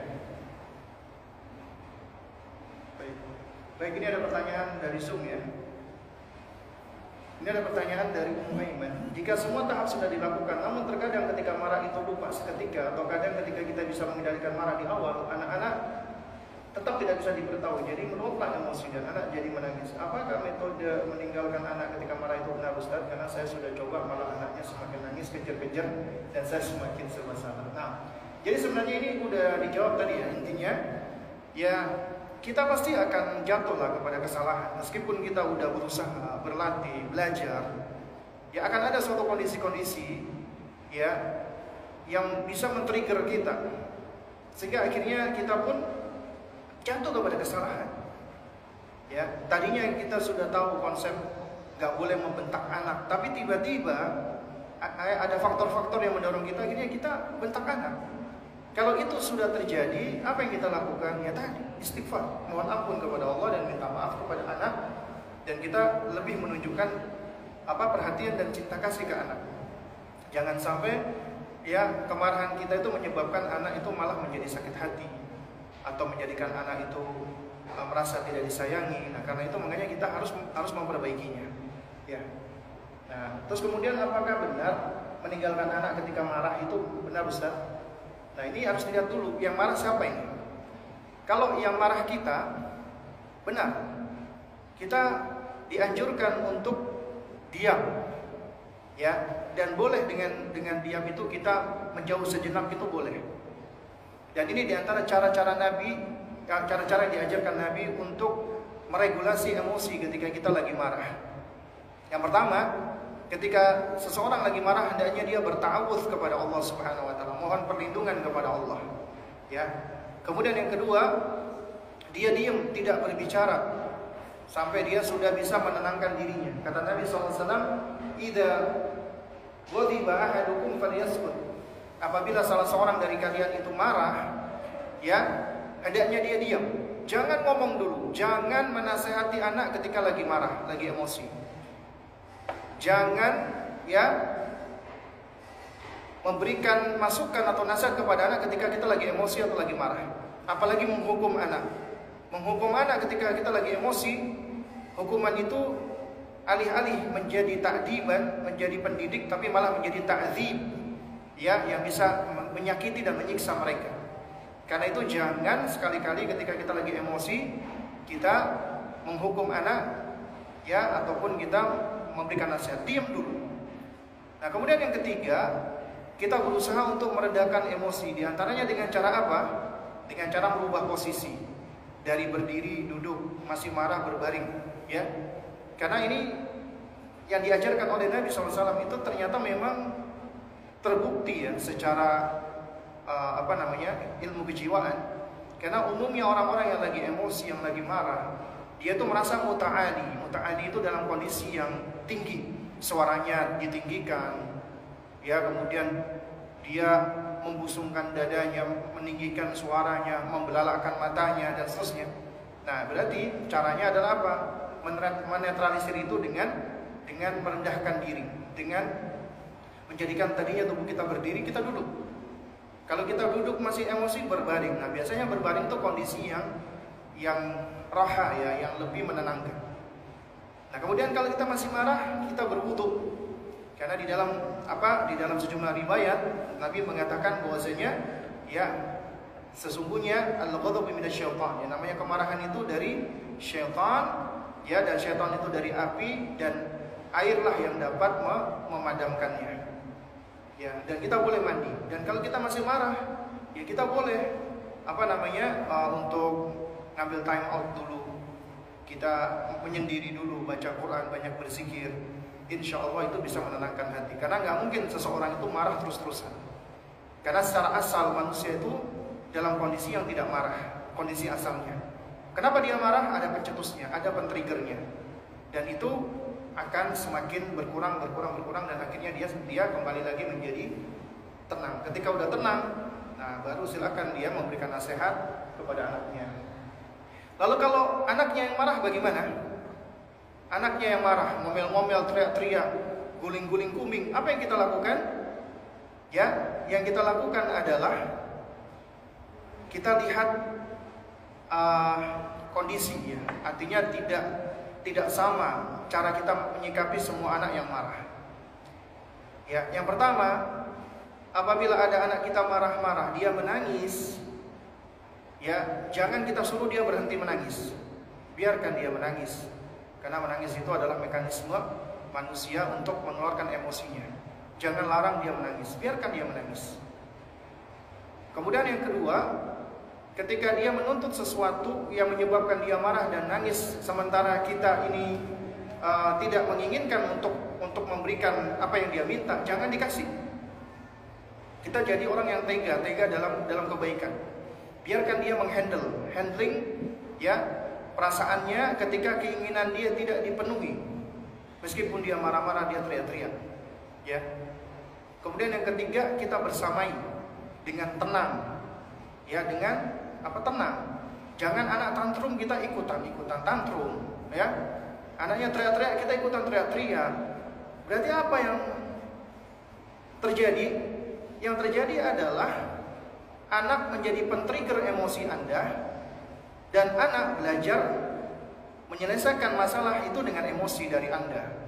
Baik, ini ada pertanyaan dari Zoom, ya. Ini ada pertanyaan dari Ummu Aiman. Jika semua tahap sudah dilakukan, namun terkadang ketika marah itu lupa seketika, atau kadang ketika kita bisa mengendalikan marah di awal, anak-anak tetap tidak bisa diberitahu, jadi menumpah emosi dan anak jadi menangis. Apakah metode meninggalkan anak ketika marah itu benar, Ustaz? Karena saya sudah coba, malah anaknya semakin nangis, kejar-kejar, dan saya semakin serba salah. Nah, jadi sebenarnya ini udah dijawab tadi, ya. Intinya, ya, kita pasti akan jatuhlah kepada kesalahan. Meskipun kita udah berusaha, berlatih, belajar, ya akan ada suatu kondisi-kondisi, ya, yang bisa men-trigger kita, sehingga akhirnya kita pun jatuh kepada kesalahan. Ya, tadinya kita sudah tahu konsep gak boleh membentak anak, tapi tiba-tiba ada faktor-faktor yang mendorong kita, akhirnya kita bentak anak. Kalau itu sudah terjadi, apa yang kita lakukan? Ya tadi, istighfar, mohon ampun kepada Allah dan minta maaf kepada anak, dan kita lebih menunjukkan perhatian dan cinta kasih ke anak. Jangan sampai, ya, kemarahan kita itu menyebabkan anak itu malah menjadi sakit hati, atau menjadikan anak itu merasa tidak disayangi. Nah, karena itu makanya kita harus memperbaikinya, ya. Nah, terus kemudian apakah benar meninggalkan anak ketika marah itu benar, Ustaz? Nah, ini harus dilihat dulu, yang marah siapa ini? kalau yang marah kita, benar, kita dianjurkan untuk diam, ya, dan boleh dengan diam itu kita menjauh sejenak, itu boleh. Dan ini diantara cara-cara Nabi, cara-cara yang diajarkan Nabi untuk meregulasi emosi ketika kita lagi marah. Yang pertama, ketika seseorang lagi marah, hendaknya dia bertawudz kepada Allah Subhanahu wa taala, mohon perlindungan kepada Allah, ya. Kemudian yang kedua, dia diam, tidak berbicara sampai dia sudah bisa menenangkan dirinya. Kata Nabi SAW, "Idza ghadiba ahadukum falyaskut." Apabila salah seorang dari kalian itu marah, ya, hendaknya dia diam. Jangan ngomong dulu, jangan menasehati anak ketika lagi marah, lagi emosi. Jangan, ya, memberikan masukan atau nasihat kepada anak ketika kita lagi emosi atau lagi marah. Apalagi menghukum anak. Menghukum anak ketika kita lagi emosi, hukuman itu alih-alih menjadi ta'diban, menjadi pendidik, tapi malah menjadi ta'dzib, ya, yang bisa menyakiti dan menyiksa mereka. Karena itu jangan sekali-kali ketika kita lagi emosi kita menghukum anak, ya, ataupun kita memberikan nasihat. Diam dulu. Nah, kemudian yang ketiga, kita berusaha untuk meredakan emosi. Di antaranya dengan cara apa? Dengan cara merubah posisi. Dari berdiri, duduk, masih marah, berbaring, ya. Karena ini yang diajarkan oleh Nabi SAW itu ternyata memang terbukti, ya, secara ilmu kejiwaan. Karena umumnya orang-orang yang lagi emosi, yang lagi marah, dia tuh merasa muta'ali. Muta'ali itu dalam kondisi yang tinggi, suaranya ditinggikan, ya, kemudian dia membusungkan dadanya, meninggikan suaranya, membelalakkan matanya, dan seterusnya. Nah, berarti caranya adalah apa? Menetralisir itu dengan merendahkan diri, dengan menjadikan tadinya tubuh kita berdiri, kita duduk. Kalau kita duduk masih emosi, berbaring. Nah, biasanya berbaring itu kondisi yang raha, ya, yang lebih menenangkan. Nah, kemudian kalau kita masih marah, kita berwudu. Karena di dalam sejumlah riwayat Nabi mengatakan bahwasanya, ya, sesungguhnya al-ghadabu minasyaitan, yang namanya kemarahan itu dari syaitan, ya, dan syaitan itu dari api, dan airlah yang dapat memadamkannya. Ya, dan kita boleh mandi. Dan kalau kita masih marah, ya, kita boleh untuk ngambil time out dulu. Kita menyendiri dulu, baca Quran, banyak berzikir. Insya Allah itu bisa menenangkan hati. Karena nggak mungkin seseorang itu marah terus-terusan. Karena secara asal manusia itu dalam kondisi yang tidak marah, kondisi asalnya. Kenapa dia marah? Ada pencetusnya, ada pentriggernya. Dan itu akan semakin berkurang, dan akhirnya dia kembali lagi menjadi tenang. Ketika udah tenang, nah, baru silakan dia memberikan nasihat kepada anaknya. Lalu kalau anaknya yang marah bagaimana? Anaknya yang marah, ngomel-ngomel, teriak-teriak, guling-guling kuming, apa yang kita lakukan? Ya, yang kita lakukan adalah kita lihat kondisinya. Artinya tidak sama cara kita menyikapi semua anak yang marah. Ya, yang pertama, apabila ada anak kita marah-marah, dia menangis, ya, jangan kita suruh dia berhenti menangis. Biarkan dia menangis. Karena menangis itu adalah mekanisme manusia untuk mengeluarkan emosinya. Jangan larang dia menangis, biarkan dia menangis. Kemudian yang kedua, ketika dia menuntut sesuatu yang menyebabkan dia marah dan nangis, sementara kita ini tidak menginginkan untuk memberikan apa yang dia minta, jangan dikasih. Kita jadi orang yang tega dalam kebaikan. Biarkan dia handling, ya, perasaannya ketika keinginan dia tidak dipenuhi. Meskipun dia marah-marah, dia teriak-teriak, ya. Kemudian yang ketiga, kita bersamai dengan tenang, ya, dengan tenang. Jangan anak tantrum kita ikutan tantrum, ya. Anaknya teriak-teriak, kita ikutan teriak-teriak. Berarti apa yang terjadi? Yang terjadi adalah anak menjadi pentrigger emosi Anda, dan anak belajar menyelesaikan masalah itu dengan emosi dari Anda.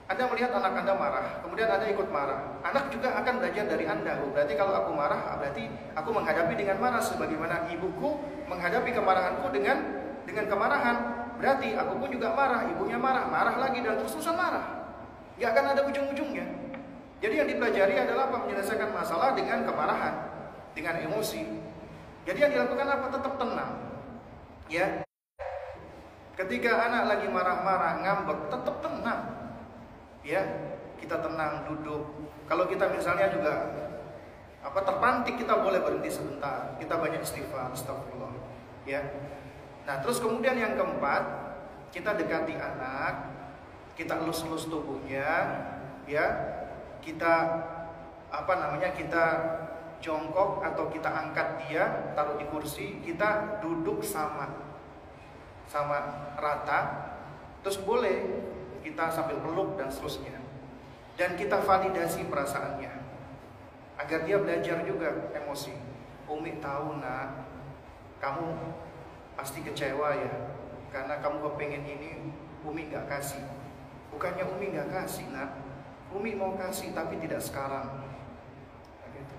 Anda melihat anak Anda marah, kemudian Anda ikut marah. Anak juga akan belajar dari Anda. Berarti kalau aku marah, berarti aku menghadapi dengan marah sebagaimana ibuku menghadapi kemarahanku dengan kemarahan. Berarti aku pun juga marah, ibunya marah, marah lagi dan terus-terusan marah. Nggak akan ada ujung-ujungnya. Jadi yang dipelajari adalah apa? Menyelesaikan masalah dengan kemarahan, dengan emosi. Jadi yang dilakukan apa? Tetap tenang. Ya. Ketika anak lagi marah-marah, ngambek, tetap tenang. Ya, kita tenang, duduk. Kalau kita misalnya juga terpantik, kita boleh berhenti sebentar. Kita banyak istighfar, astagfirullah. Ya. Nah, terus kemudian yang keempat, kita dekati anak, kita elus-elus tubuhnya, ya. Kita kita jongkok atau kita angkat dia, taruh di kursi, kita duduk sama rata. Terus boleh kita sambil peluk dan seterusnya. Dan kita validasi perasaannya agar dia belajar juga emosi. Umi tahu nak, kamu pasti kecewa ya, karena kamu kepengen ini, Umi gak kasih. Bukannya Umi gak kasih nak, Umi mau kasih tapi tidak sekarang. Gitu.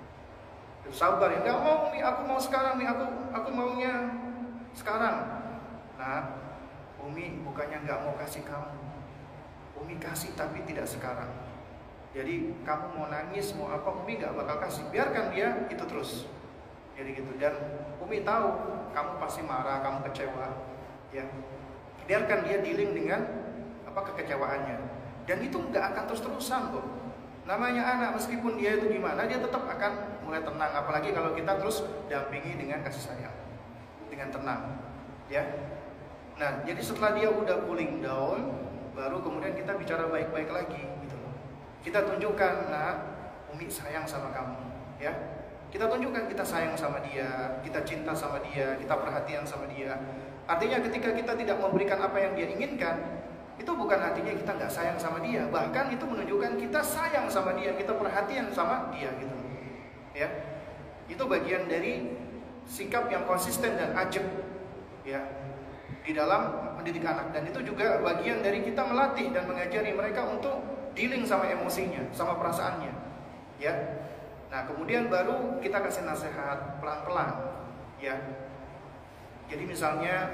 Sabar ya, gak mau Umi, aku mau sekarang nih, aku maunya sekarang. Nah, Umi bukannya gak mau kasih kamu, Umi kasih tapi tidak sekarang. Jadi kamu mau nangis, mau apa, Umi gak bakal kasih. Biarkan dia itu terus. Jadi gitu. Dan Umi tahu kamu pasti marah, kamu kecewa. Ya. Biarkan dia dealing dengan kekecewaannya. Dan itu gak akan terus-terusan kok. Namanya anak, meskipun dia itu gimana, dia tetap akan mulai tenang. Apalagi kalau kita terus dampingi dengan kasih sayang, dengan tenang. Ya. Nah, jadi setelah dia udah cooling down, baru kemudian kita bicara baik-baik lagi gitu loh. Kita tunjukkan, nah, Umi sayang sama kamu, ya. Kita tunjukkan kita sayang sama dia, kita cinta sama dia, kita perhatian sama dia. Artinya ketika kita tidak memberikan apa yang dia inginkan, itu bukan artinya kita nggak sayang sama dia. Bahkan itu menunjukkan kita sayang sama dia, kita perhatian sama dia gitu. Ya. Itu bagian dari sikap yang konsisten dan ajak, ya, di dalam mendidik anak. Dan itu juga bagian dari kita melatih dan mengajari mereka untuk dealing sama emosinya, sama perasaannya, ya. Nah, kemudian baru kita kasih nasihat pelan-pelan, ya. Jadi misalnya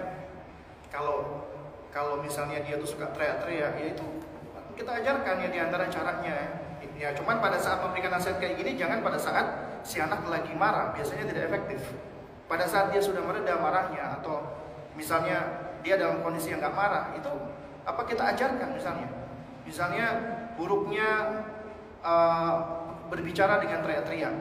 kalau misalnya dia tuh suka teriak-teriak, ya itu kita ajarkan ya di antara caranya. Ya, cuman pada saat memberikan nasihat kayak gini jangan pada saat si anak lagi marah, biasanya tidak efektif. Pada saat dia sudah mereda marahnya, atau misalnya dia dalam kondisi yang nggak marah, itu kita ajarkan misalnya buruknya berbicara dengan teriak-teriak,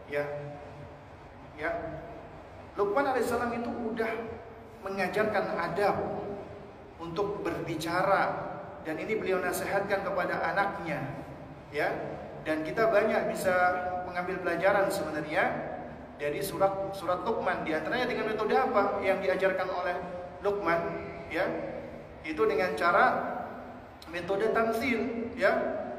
ya. Luqman alaihissalam itu udah mengajarkan adab untuk berbicara, dan ini beliau nasihatkan kepada anaknya, ya. Dan kita banyak bisa mengambil pelajaran sebenarnya dari surat Luqman. Di antaranya dengan metode apa yang diajarkan oleh Luqman, ya, itu dengan cara metode tamsil, ya,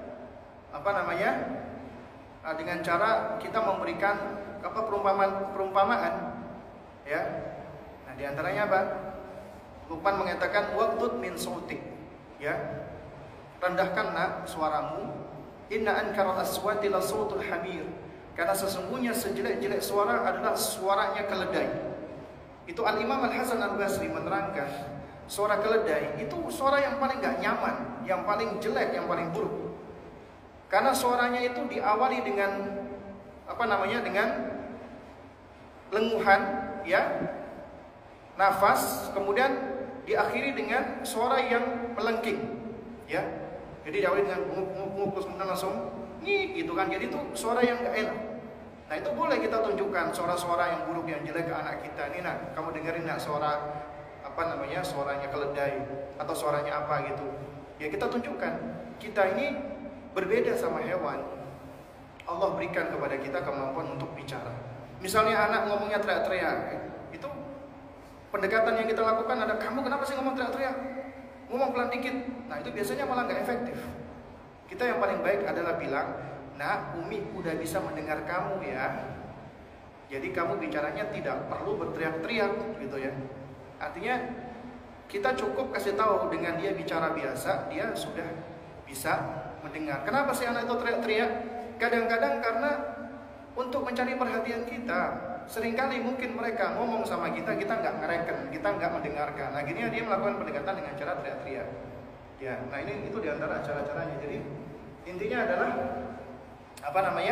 dengan cara kita memberikan perumpamaan, ya. Nah, di antaranya apa? Luqman mengatakan waqtud min sautik, ya, rendahkanlah suaramu. Inna ankaral aswati la sautul hamir, karena sesungguhnya sejelek-jelek suara adalah suaranya keledai. Itu Al-Imam Al-Hasan Al-Basri menerangkan, suara keledai itu suara yang paling gak nyaman, yang paling jelek, yang paling buruk. Karena suaranya itu diawali dengan dengan lenguhan, ya, nafas, kemudian diakhiri dengan suara yang melengking, ya. Jadi diawali dengan nguk-nguk, kemudian langsung gitu kan. Jadi itu suara yang gak enak. Nah, itu boleh kita tunjukkan suara-suara yang buruk, yang jelek ke anak kita. Ini nak, kamu dengerin nak suara suaranya keledai atau suaranya apa gitu. Ya, kita tunjukkan kita ini berbeda sama hewan. Allah berikan kepada kita kemampuan untuk bicara. Misalnya anak ngomongnya teriak-teriak, itu pendekatan yang kita lakukan ada, kamu kenapa sih ngomong teriak-teriak? Ngomong pelan dikit. Nah, itu biasanya malah nggak efektif. Kita yang paling baik adalah bilang, nah, Umi udah bisa mendengar kamu ya. Jadi kamu bicaranya tidak perlu berteriak-teriak gitu ya. Artinya kita cukup kasih tahu dengan dia bicara biasa, dia sudah bisa mendengar. Kenapa sih anak itu teriak-teriak? Kadang-kadang karena untuk mencari perhatian kita. Seringkali mungkin mereka ngomong sama kita, kita nggak ngereken, kita nggak mendengarkan. Akhirnya dia melakukan pendekatan dengan cara teriak-teriak. Ya, nah ini itu diantara cara-caranya. Jadi intinya adalah apa namanya?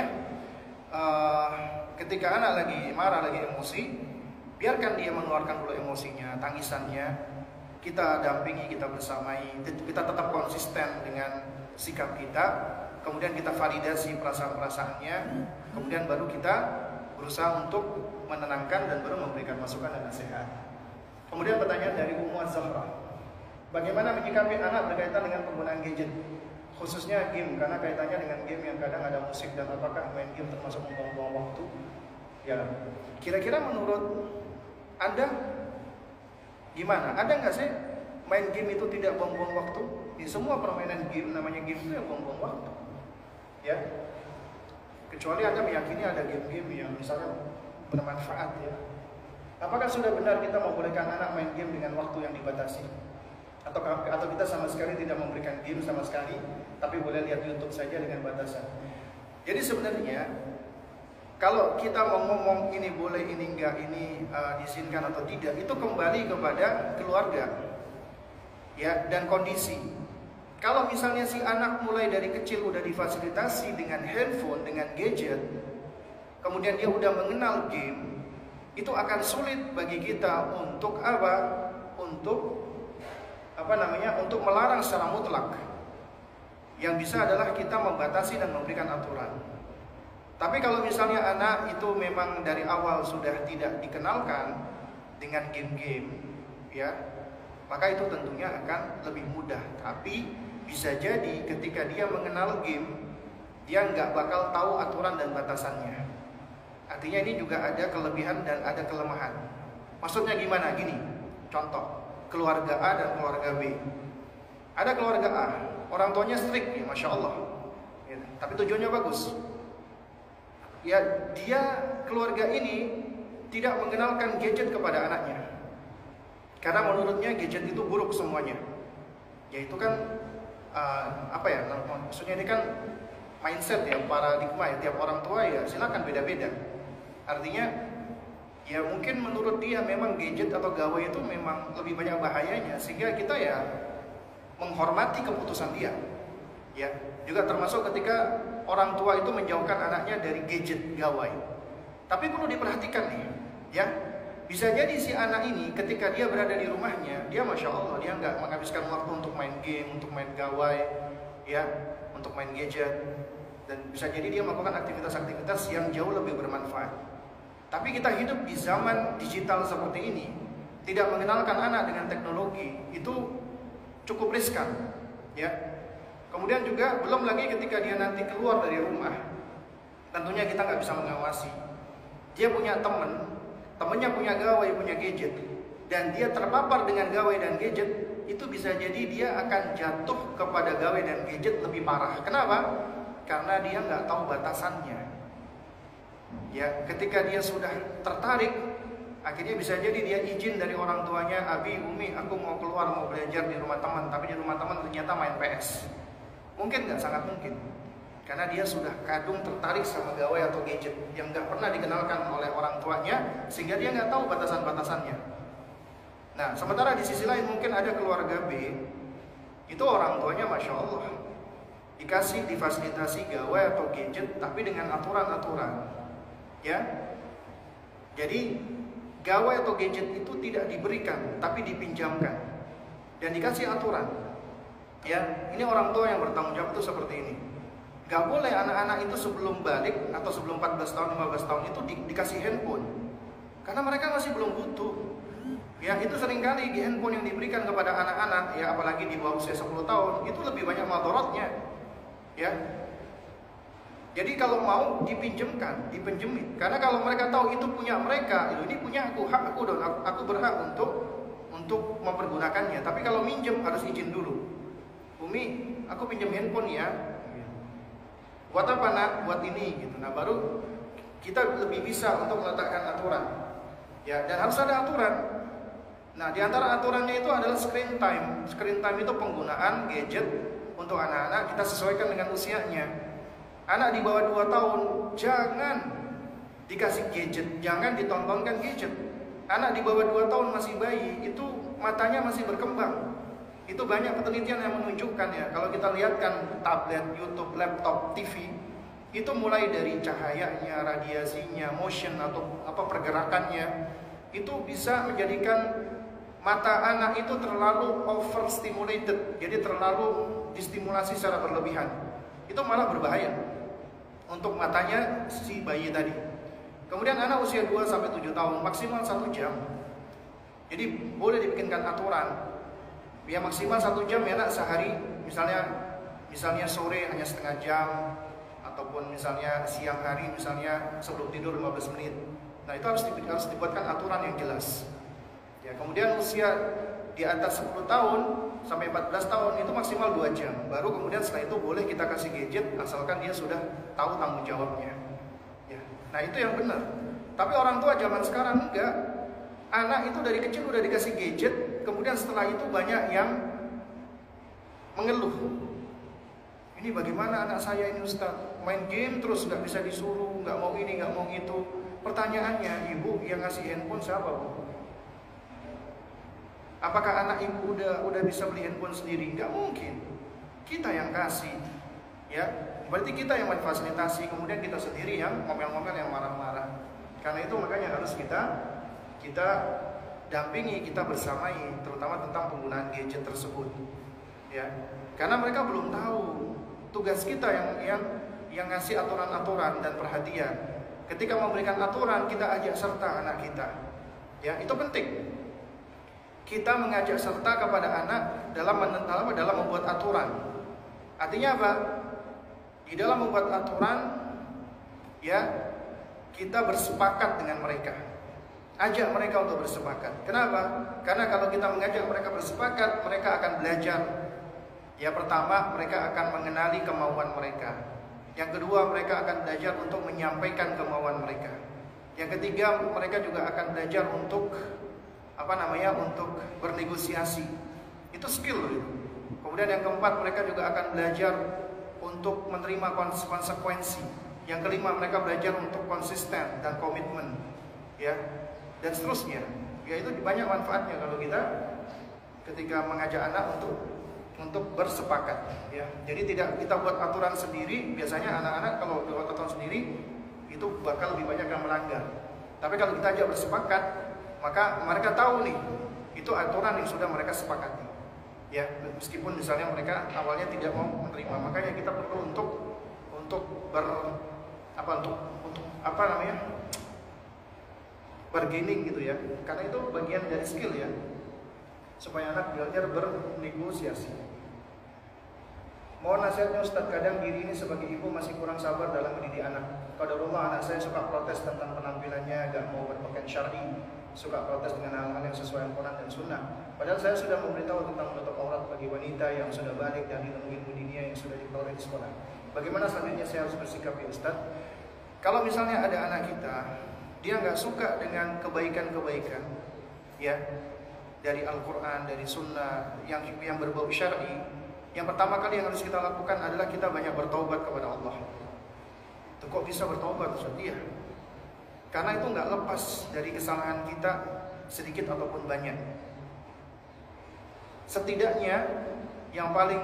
Ketika anak lagi marah, lagi emosi, biarkan dia mengeluarkan dulu emosinya, tangisannya. Kita dampingi, kita bersamai, kita tetap konsisten dengan sikap kita. Kemudian kita validasi perasaan-perasaannya. Kemudian baru kita berusaha untuk menenangkan dan baru memberikan masukan dan nasihat. Kemudian pertanyaan dari Ummu Zahra, bagaimana menyikapi anak berkaitan dengan penggunaan gadget, khususnya game, karena kaitannya dengan game yang kadang ada musik, dan apakah main game termasuk membuang-buang waktu? Ya, kira-kira menurut Anda gimana? Ada nggak sih main game itu tidak buang-buang waktu? Di semua permainan game, namanya game itu ya buang-buang waktu. Ya, kecuali Anda meyakini ada game-game yang misalnya bermanfaat ya. Apakah sudah benar kita membolehkan anak main game dengan waktu yang dibatasi? Atau kita sama sekali tidak memberikan game sama sekali, tapi boleh lihat YouTube saja dengan batasan. Jadi sebenarnya kalau kita mau ngomong ini boleh, ini enggak, ini diizinkan atau tidak, itu kembali kepada keluarga ya, dan kondisi. Kalau misalnya si anak mulai dari kecil udah difasilitasi dengan handphone, dengan gadget, kemudian dia udah mengenal game, itu akan sulit bagi kita untuk apa? Untuk melarang secara mutlak. Yang bisa adalah kita membatasi dan memberikan aturan. Tapi kalau misalnya anak itu memang dari awal sudah tidak dikenalkan dengan game-game, ya, maka itu tentunya akan lebih mudah. Tapi bisa jadi ketika dia mengenal game, dia nggak bakal tahu aturan dan batasannya. Artinya ini juga ada kelebihan dan ada kelemahan. Maksudnya gimana? Gini, contoh, keluarga A dan keluarga B. Ada keluarga A, orang tuanya strict, ya, Masya Allah, ya, tapi tujuannya bagus. Ya, dia keluarga ini tidak mengenalkan gadget kepada anaknya, karena menurutnya gadget itu buruk semuanya. Ya itu kan maksudnya ini kan mindset ya, paradigma ya, tiap orang tua ya silakan beda-beda. Artinya ya mungkin menurut dia memang gadget atau gawai itu memang lebih banyak bahayanya, sehingga kita ya menghormati keputusan dia. Ya, juga termasuk ketika orang tua itu menjauhkan anaknya dari gadget, gawai. Tapi perlu diperhatikan nih, ya. Bisa jadi si anak ini ketika dia berada di rumahnya, dia Masya Allah, dia nggak menghabiskan waktu untuk main game, untuk main gawai, ya, untuk main gadget. Dan bisa jadi dia melakukan aktivitas-aktivitas yang jauh lebih bermanfaat. Tapi kita hidup di zaman digital seperti ini, tidak mengenalkan anak dengan teknologi, itu cukup riskan, ya. Kemudian juga belum lagi ketika dia nanti keluar dari rumah, tentunya kita nggak bisa mengawasi. Dia punya temennya punya gawai, punya gadget, dan dia terpapar dengan gawai dan gadget, itu bisa jadi dia akan jatuh kepada gawai dan gadget lebih parah. Kenapa? Karena dia nggak tahu batasannya. Ya, ketika dia sudah tertarik, akhirnya bisa jadi dia izin dari orang tuanya, Abi, Umi, aku mau keluar, mau belajar di rumah teman, tapi di rumah teman ternyata main PS. Mungkin nggak? Sangat mungkin. Karena dia sudah kadung tertarik sama gawai atau gadget yang nggak pernah dikenalkan oleh orang tuanya, sehingga dia nggak tahu batasan-batasannya. Nah, sementara di sisi lain mungkin ada keluarga B, itu orang tuanya Masya Allah, difasilitasi gawai atau gadget, tapi dengan aturan-aturan. Ya, jadi gawai atau gadget itu tidak diberikan, tapi dipinjamkan dan dikasih aturan. Ya, ini orang tua yang bertanggung jawab itu seperti ini. Gak boleh anak-anak itu sebelum balik atau sebelum 14 tahun, 15 tahun itu dikasih handphone, karena mereka masih belum butuh. Ya, itu seringkali di handphone yang diberikan kepada anak-anak, ya apalagi di bawah usia 10 tahun, itu lebih banyak mudaratnya. Ya, jadi kalau mau dipinjemkan, dipinjemin. Karena kalau mereka tahu itu punya mereka, ini punya aku, hak aku dong, aku berhak untuk mempergunakannya. Tapi kalau minjem harus izin dulu. Umi, aku pinjam handphone ya. Buat apa nak? Buat ini gitu. Nah, baru kita lebih bisa untuk meletakkan aturan. Ya, dan harus ada aturan. Nah, di antara aturannya itu adalah screen time. Screen time itu penggunaan gadget untuk anak-anak kita sesuaikan dengan usianya. Anak di bawah 2 tahun jangan dikasih gadget, jangan ditontonkan gadget. Anak di bawah 2 tahun masih bayi, itu matanya masih berkembang. Itu banyak penelitian yang menunjukkan ya, kalau kita lihatkan tablet, YouTube, laptop, TV, itu mulai dari cahayanya, radiasinya, motion atau pergerakannya, itu bisa menjadikan mata anak itu terlalu overstimulated, jadi terlalu distimulasi secara berlebihan. Itu malah berbahaya untuk matanya si bayi tadi. Kemudian anak usia 2-7 tahun maksimal 1 jam. Jadi boleh dibikinkan aturan. Ya maksimal 1 jam ya nak sehari. Misalnya sore hanya setengah jam, ataupun misalnya siang hari misalnya sebelum tidur 15 menit. Nah itu harus dibuatkan aturan yang jelas. Ya kemudian usia di atas 10 tahun sampai 14 tahun itu maksimal 2 jam. Baru kemudian setelah itu boleh kita kasih gadget asalkan dia sudah tahu tanggung jawabnya. Ya. Nah itu yang benar. Tapi orang tua zaman sekarang enggak. Anak itu dari kecil udah dikasih gadget, kemudian setelah itu banyak yang mengeluh. Ini bagaimana anak saya ini Ustaz? Main game terus nggak bisa disuruh, nggak mau ini, nggak mau itu. Pertanyaannya, ibu yang ngasih handphone siapa bu? Apakah anak ibu udah bisa beli handphone sendiri? Nggak mungkin. Kita yang kasih, ya. Berarti kita yang memfasilitasi, kemudian kita sendiri yang ngomel-ngomel, yang marah-marah. Karena itu makanya harus kita dampingi, kita bersamai, terutama tentang penggunaan gadget tersebut, ya. Karena mereka belum tahu. Tugas kita yang ngasih aturan-aturan dan perhatian. Ketika memberikan aturan, kita ajak serta anak kita, ya. Itu penting. Kita mengajak serta kepada anak dalam membuat aturan. Artinya apa? Di dalam membuat aturan, ya, kita bersepakat dengan mereka. Ajak mereka untuk bersepakat. Kenapa? Karena kalau kita mengajak mereka bersepakat, mereka akan belajar. Ya pertama, mereka akan mengenali kemauan mereka. Yang kedua, mereka akan belajar untuk menyampaikan kemauan mereka. Yang ketiga, mereka juga akan belajar untuk untuk bernegosiasi. Itu skill gitu. Kemudian yang keempat, mereka juga akan belajar untuk menerima konsekuensi. Yang kelima, mereka belajar untuk konsisten dan komitmen, ya, dan seterusnya. Ya itu banyak manfaatnya kalau kita ketika mengajak anak untuk bersepakat, ya. Jadi tidak kita buat aturan sendiri. Biasanya anak-anak kalau buat aturan sendiri itu bakal lebih banyak yang melanggar. Tapi kalau kita ajak bersepakat, maka mereka tahu nih, itu aturan yang sudah mereka sepakati. Ya, meskipun misalnya mereka awalnya tidak mau menerima, makanya kita perlu untuk bargaining gitu ya. Karena itu bagian dari skill ya, supaya anak belajar bernegosiasi. Mohon nasihatnya Ustadz, kadang diri ini sebagai ibu masih kurang sabar dalam mendidik anak. Qadarullah, anak saya suka protes tentang penampilannya, gak mau berpakaian syar'i, suka protes dengan hal-hal yang sesuai Al-Quran dan Sunnah. Padahal saya sudah memberitahu tentang menutup aurat bagi wanita yang sudah balik dan ilmu dunia yang sudah diperoleh di sekolah. Bagaimana selanjutnya saya harus bersikap ya Ustadz? Kalau misalnya ada anak kita, dia nggak suka dengan kebaikan-kebaikan, ya, dari Al-Quran, dari Sunnah yang berbau syar'i, yang pertama kali yang harus kita lakukan adalah kita banyak bertaubat kepada Allah. Itu kok bisa bertaubat Ustaz? Iya. Karena itu nggak lepas dari kesalahan kita sedikit ataupun banyak. Setidaknya yang paling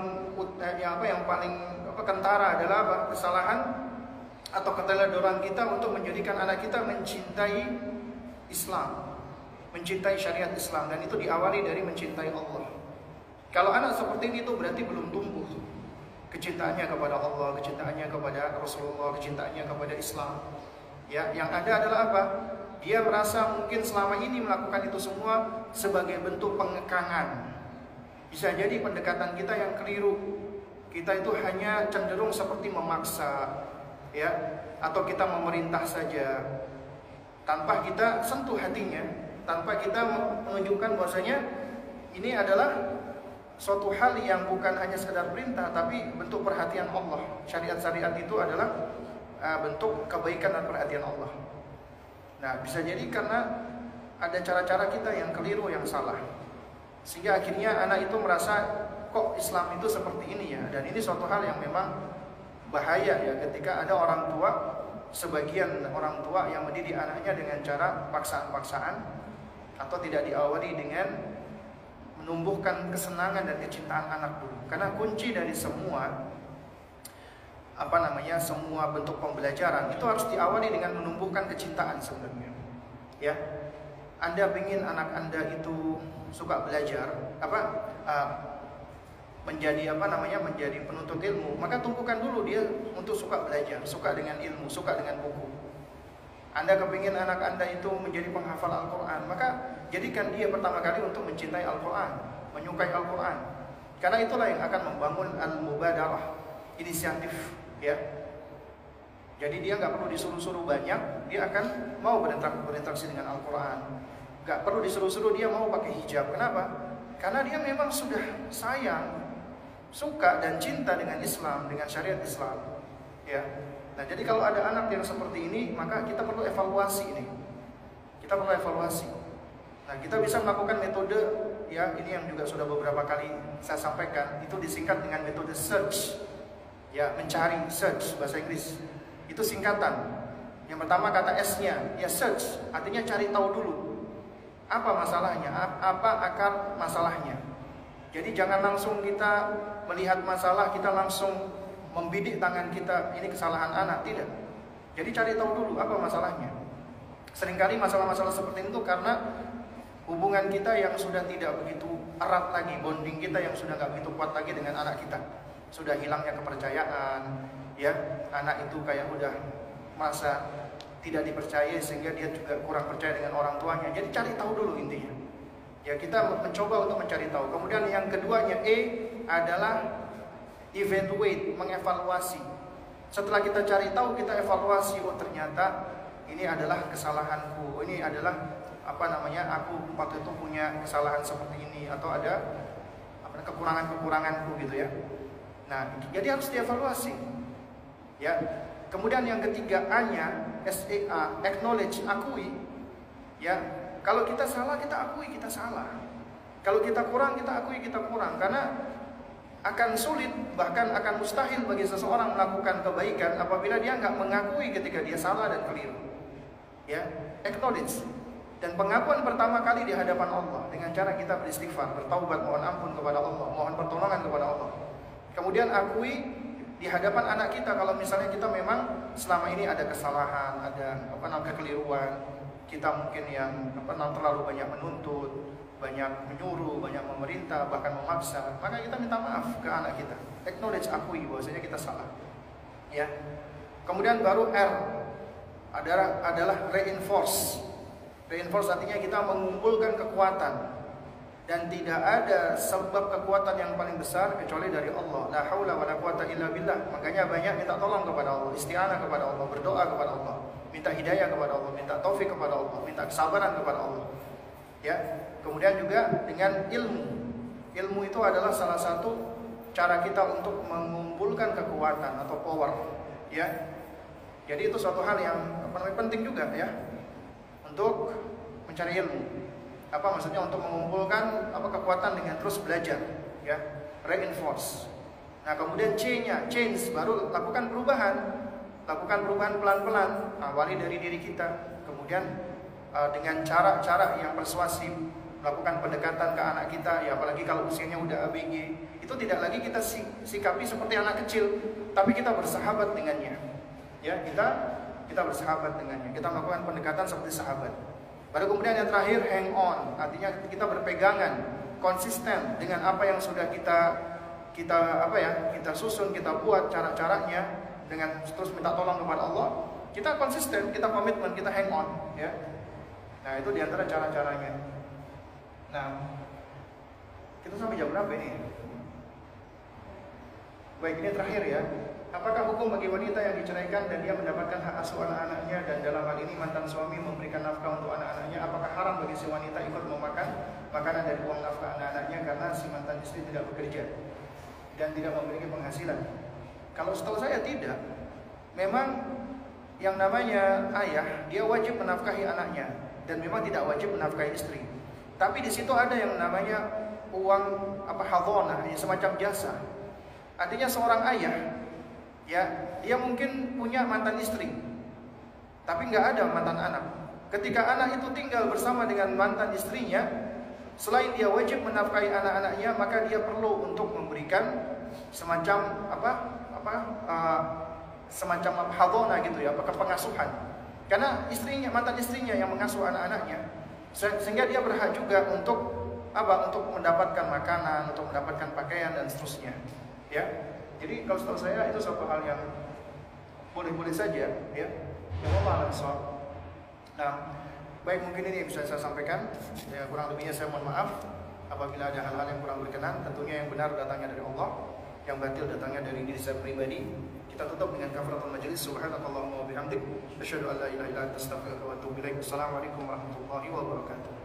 kentara adalah apa? Kesalahan atau keteledoran kita untuk menjadikan anak kita mencintai Islam, mencintai syariat Islam, dan itu diawali dari mencintai Allah. Kalau anak seperti ini itu berarti belum tumbuh kecintaannya kepada Allah, kecintaannya kepada Rasulullah, kecintaannya kepada Islam. Ya, yang ada adalah apa? Dia merasa mungkin selama ini melakukan itu semua sebagai bentuk pengekangan. Bisa jadi pendekatan kita yang keliru. Kita itu hanya cenderung seperti memaksa, ya, atau kita memerintah saja tanpa kita sentuh hatinya, tanpa kita menunjukkan bahwasanya ini adalah suatu hal yang bukan hanya sekedar perintah, tapi bentuk perhatian Allah. Syariat-syariat itu adalah bentuk kebaikan dan perhatian Allah. Nah, bisa jadi karena ada cara-cara kita yang keliru, yang salah, sehingga akhirnya anak itu merasa kok Islam itu seperti ini ya. Dan ini suatu hal yang memang bahaya ya, ketika ada orang tua, sebagian orang tua yang mendidik anaknya dengan cara paksaan-paksaan atau tidak diawali dengan menumbuhkan kesenangan dan kecintaan anak dulu. Karena kunci dari semua semua bentuk pembelajaran itu harus diawali dengan menumbuhkan kecintaan sebenarnya. Ya. Anda ingin anak Anda itu suka belajar, menjadi penuntut ilmu, maka tumpukan dulu dia untuk suka belajar, suka dengan ilmu, suka dengan buku. Anda kepingin anak Anda itu menjadi penghafal Al-Quran, maka jadikan dia pertama kali untuk mencintai Al-Quran, menyukai Al-Quran. Karena itulah yang akan membangun al-mubadarah, inisiatif, ya. Jadi dia nggak perlu disuruh-suruh banyak, dia akan mau berinteraksi dengan Al-Quran. Nggak perlu disuruh-suruh dia mau pakai hijab. Kenapa? Karena dia memang sudah sayang, suka dan cinta dengan Islam, dengan syariat Islam, ya. Nah, jadi kalau ada anak yang seperti ini, maka kita perlu evaluasi ini. Kita perlu evaluasi. Nah, kita bisa melakukan metode, ya, ini yang juga sudah beberapa kali saya sampaikan, itu disingkat dengan metode search, ya, mencari, search bahasa Inggris. Itu singkatan. Yang pertama kata S-nya, ya search, artinya cari tahu dulu. Apa masalahnya? Apa akar masalahnya? Jadi jangan langsung kita melihat masalah, kita langsung membidik tangan kita, ini kesalahan anak, tidak. Jadi cari tahu dulu apa masalahnya. Seringkali masalah-masalah seperti itu karena hubungan kita yang sudah tidak begitu erat lagi, bonding kita yang sudah nggak begitu kuat lagi dengan anak kita. Sudah hilangnya kepercayaan, ya. Anak itu kayak udah masa tidak dipercaya sehingga dia juga kurang percaya dengan orang tuanya. Jadi cari tahu dulu intinya. Ya, kita mencoba untuk mencari tahu. Kemudian yang keduanya adalah evaluate, mengevaluasi. Setelah kita cari tahu, kita evaluasi. Oh, ternyata ini adalah kesalahanku. Ini adalah aku waktu itu punya kesalahan seperti ini, atau ada kekurangan-kekuranganku gitu ya. Nah, jadi harus dievaluasi. Ya. Kemudian yang ketiga A-nya, SEA, acknowledge, akui. Ya. Kalau kita salah, kita akui kita salah. Kalau kita kurang, kita akui kita kurang. Karena akan sulit, bahkan akan mustahil bagi seseorang melakukan kebaikan apabila dia nggak mengakui ketika dia salah dan keliru. Ya, acknowledge. Dan pengakuan pertama kali di hadapan Allah dengan cara kita beristighfar, bertaubat, mohon ampun kepada Allah, mohon pertolongan kepada Allah. Kemudian akui di hadapan anak kita kalau misalnya kita memang selama ini ada kesalahan, ada kekeliruan, kita mungkin yang terlalu banyak menuntut, banyak menyuruh, banyak memerintah, bahkan memaksa, maka kita minta maaf ke anak kita. Acknowledge, akui bahwasanya kita salah. Ya. Kemudian baru R adalah reinforce. Reinforce artinya kita mengumpulkan kekuatan. Dan tidak ada sebab kekuatan yang paling besar kecuali dari Allah. La haula wala quwata illa billah. Makanya banyak minta tolong kepada Allah, isti'anah kepada Allah, berdoa kepada Allah, minta hidayah kepada Allah, minta taufik kepada Allah, minta kesabaran kepada Allah. Ya. Kemudian juga dengan ilmu. Ilmu itu adalah salah satu cara kita untuk mengumpulkan kekuatan atau power, ya. Jadi itu suatu hal yang penting juga ya untuk mencari ilmu. Apa maksudnya? Untuk mengumpulkan kekuatan dengan terus belajar, ya. Reinforce. Nah, kemudian C-nya, change, baru lakukan perubahan. Lakukan perubahan pelan-pelan, awali dari diri kita. Kemudian dengan cara-cara yang persuasif, melakukan pendekatan ke anak kita, ya apalagi kalau usianya udah ABG, itu tidak lagi kita sikapi seperti anak kecil, tapi kita bersahabat dengannya. Ya, kita bersahabat dengannya. Kita melakukan pendekatan seperti sahabat. Baru kemudian yang terakhir, hang on, artinya kita berpegangan, konsisten dengan apa yang sudah kita susun, kita buat cara-caranya dengan terus minta tolong kepada Allah. Kita konsisten, kita komitmen, kita hang on, ya. Nah, itu diantara cara-caranya. Nah, kita sampai jam berapa ini? Baik, ini terakhir ya. Apakah hukum bagi wanita yang diceraikan dan dia mendapatkan hak asuh anak-anaknya, dan dalam hal ini mantan suami memberikan nafkah untuk anak-anaknya, apakah haram bagi si wanita ikut memakan makanan dari uang nafkah anak-anaknya karena si mantan istri tidak bekerja dan tidak memiliki penghasilan? Kalau setahu saya tidak. Memang yang namanya ayah, dia wajib menafkahi anaknya dan memang tidak wajib menafkahi istri. Tapi di situ ada yang namanya uang hadhonah, semacam jasa. Artinya seorang ayah, ya, dia mungkin punya mantan istri, tapi nggak ada mantan anak. Ketika anak itu tinggal bersama dengan mantan istrinya, selain dia wajib menafkahi anak-anaknya, maka dia perlu untuk memberikan semacam semacam hadhonah gitu ya, pengasuhan. Karena mantan istrinya yang mengasuh anak-anaknya, sehingga dia berhak juga untuk untuk mendapatkan makanan, untuk mendapatkan pakaian dan seterusnya. Ya, jadi kalau setahu saya itu suatu hal yang boleh-boleh saja, ya. Allah alam. Nah, baik, mungkin ini yang bisa saya sampaikan. Ya, kurang lebihnya saya mohon maaf apabila ada hal-hal yang kurang berkenan. Tentunya yang benar datangnya dari Allah, yang batil datangnya dari diri saya pribadi. Kita tutup dengan kafaratul majelis. Subhanakallahumma wa bihamdik, asyhadu an la ilaha illa anta, astaghfiruka wa atubu ilaik. Assalamualaikum warahmatullahi wabarakatuh.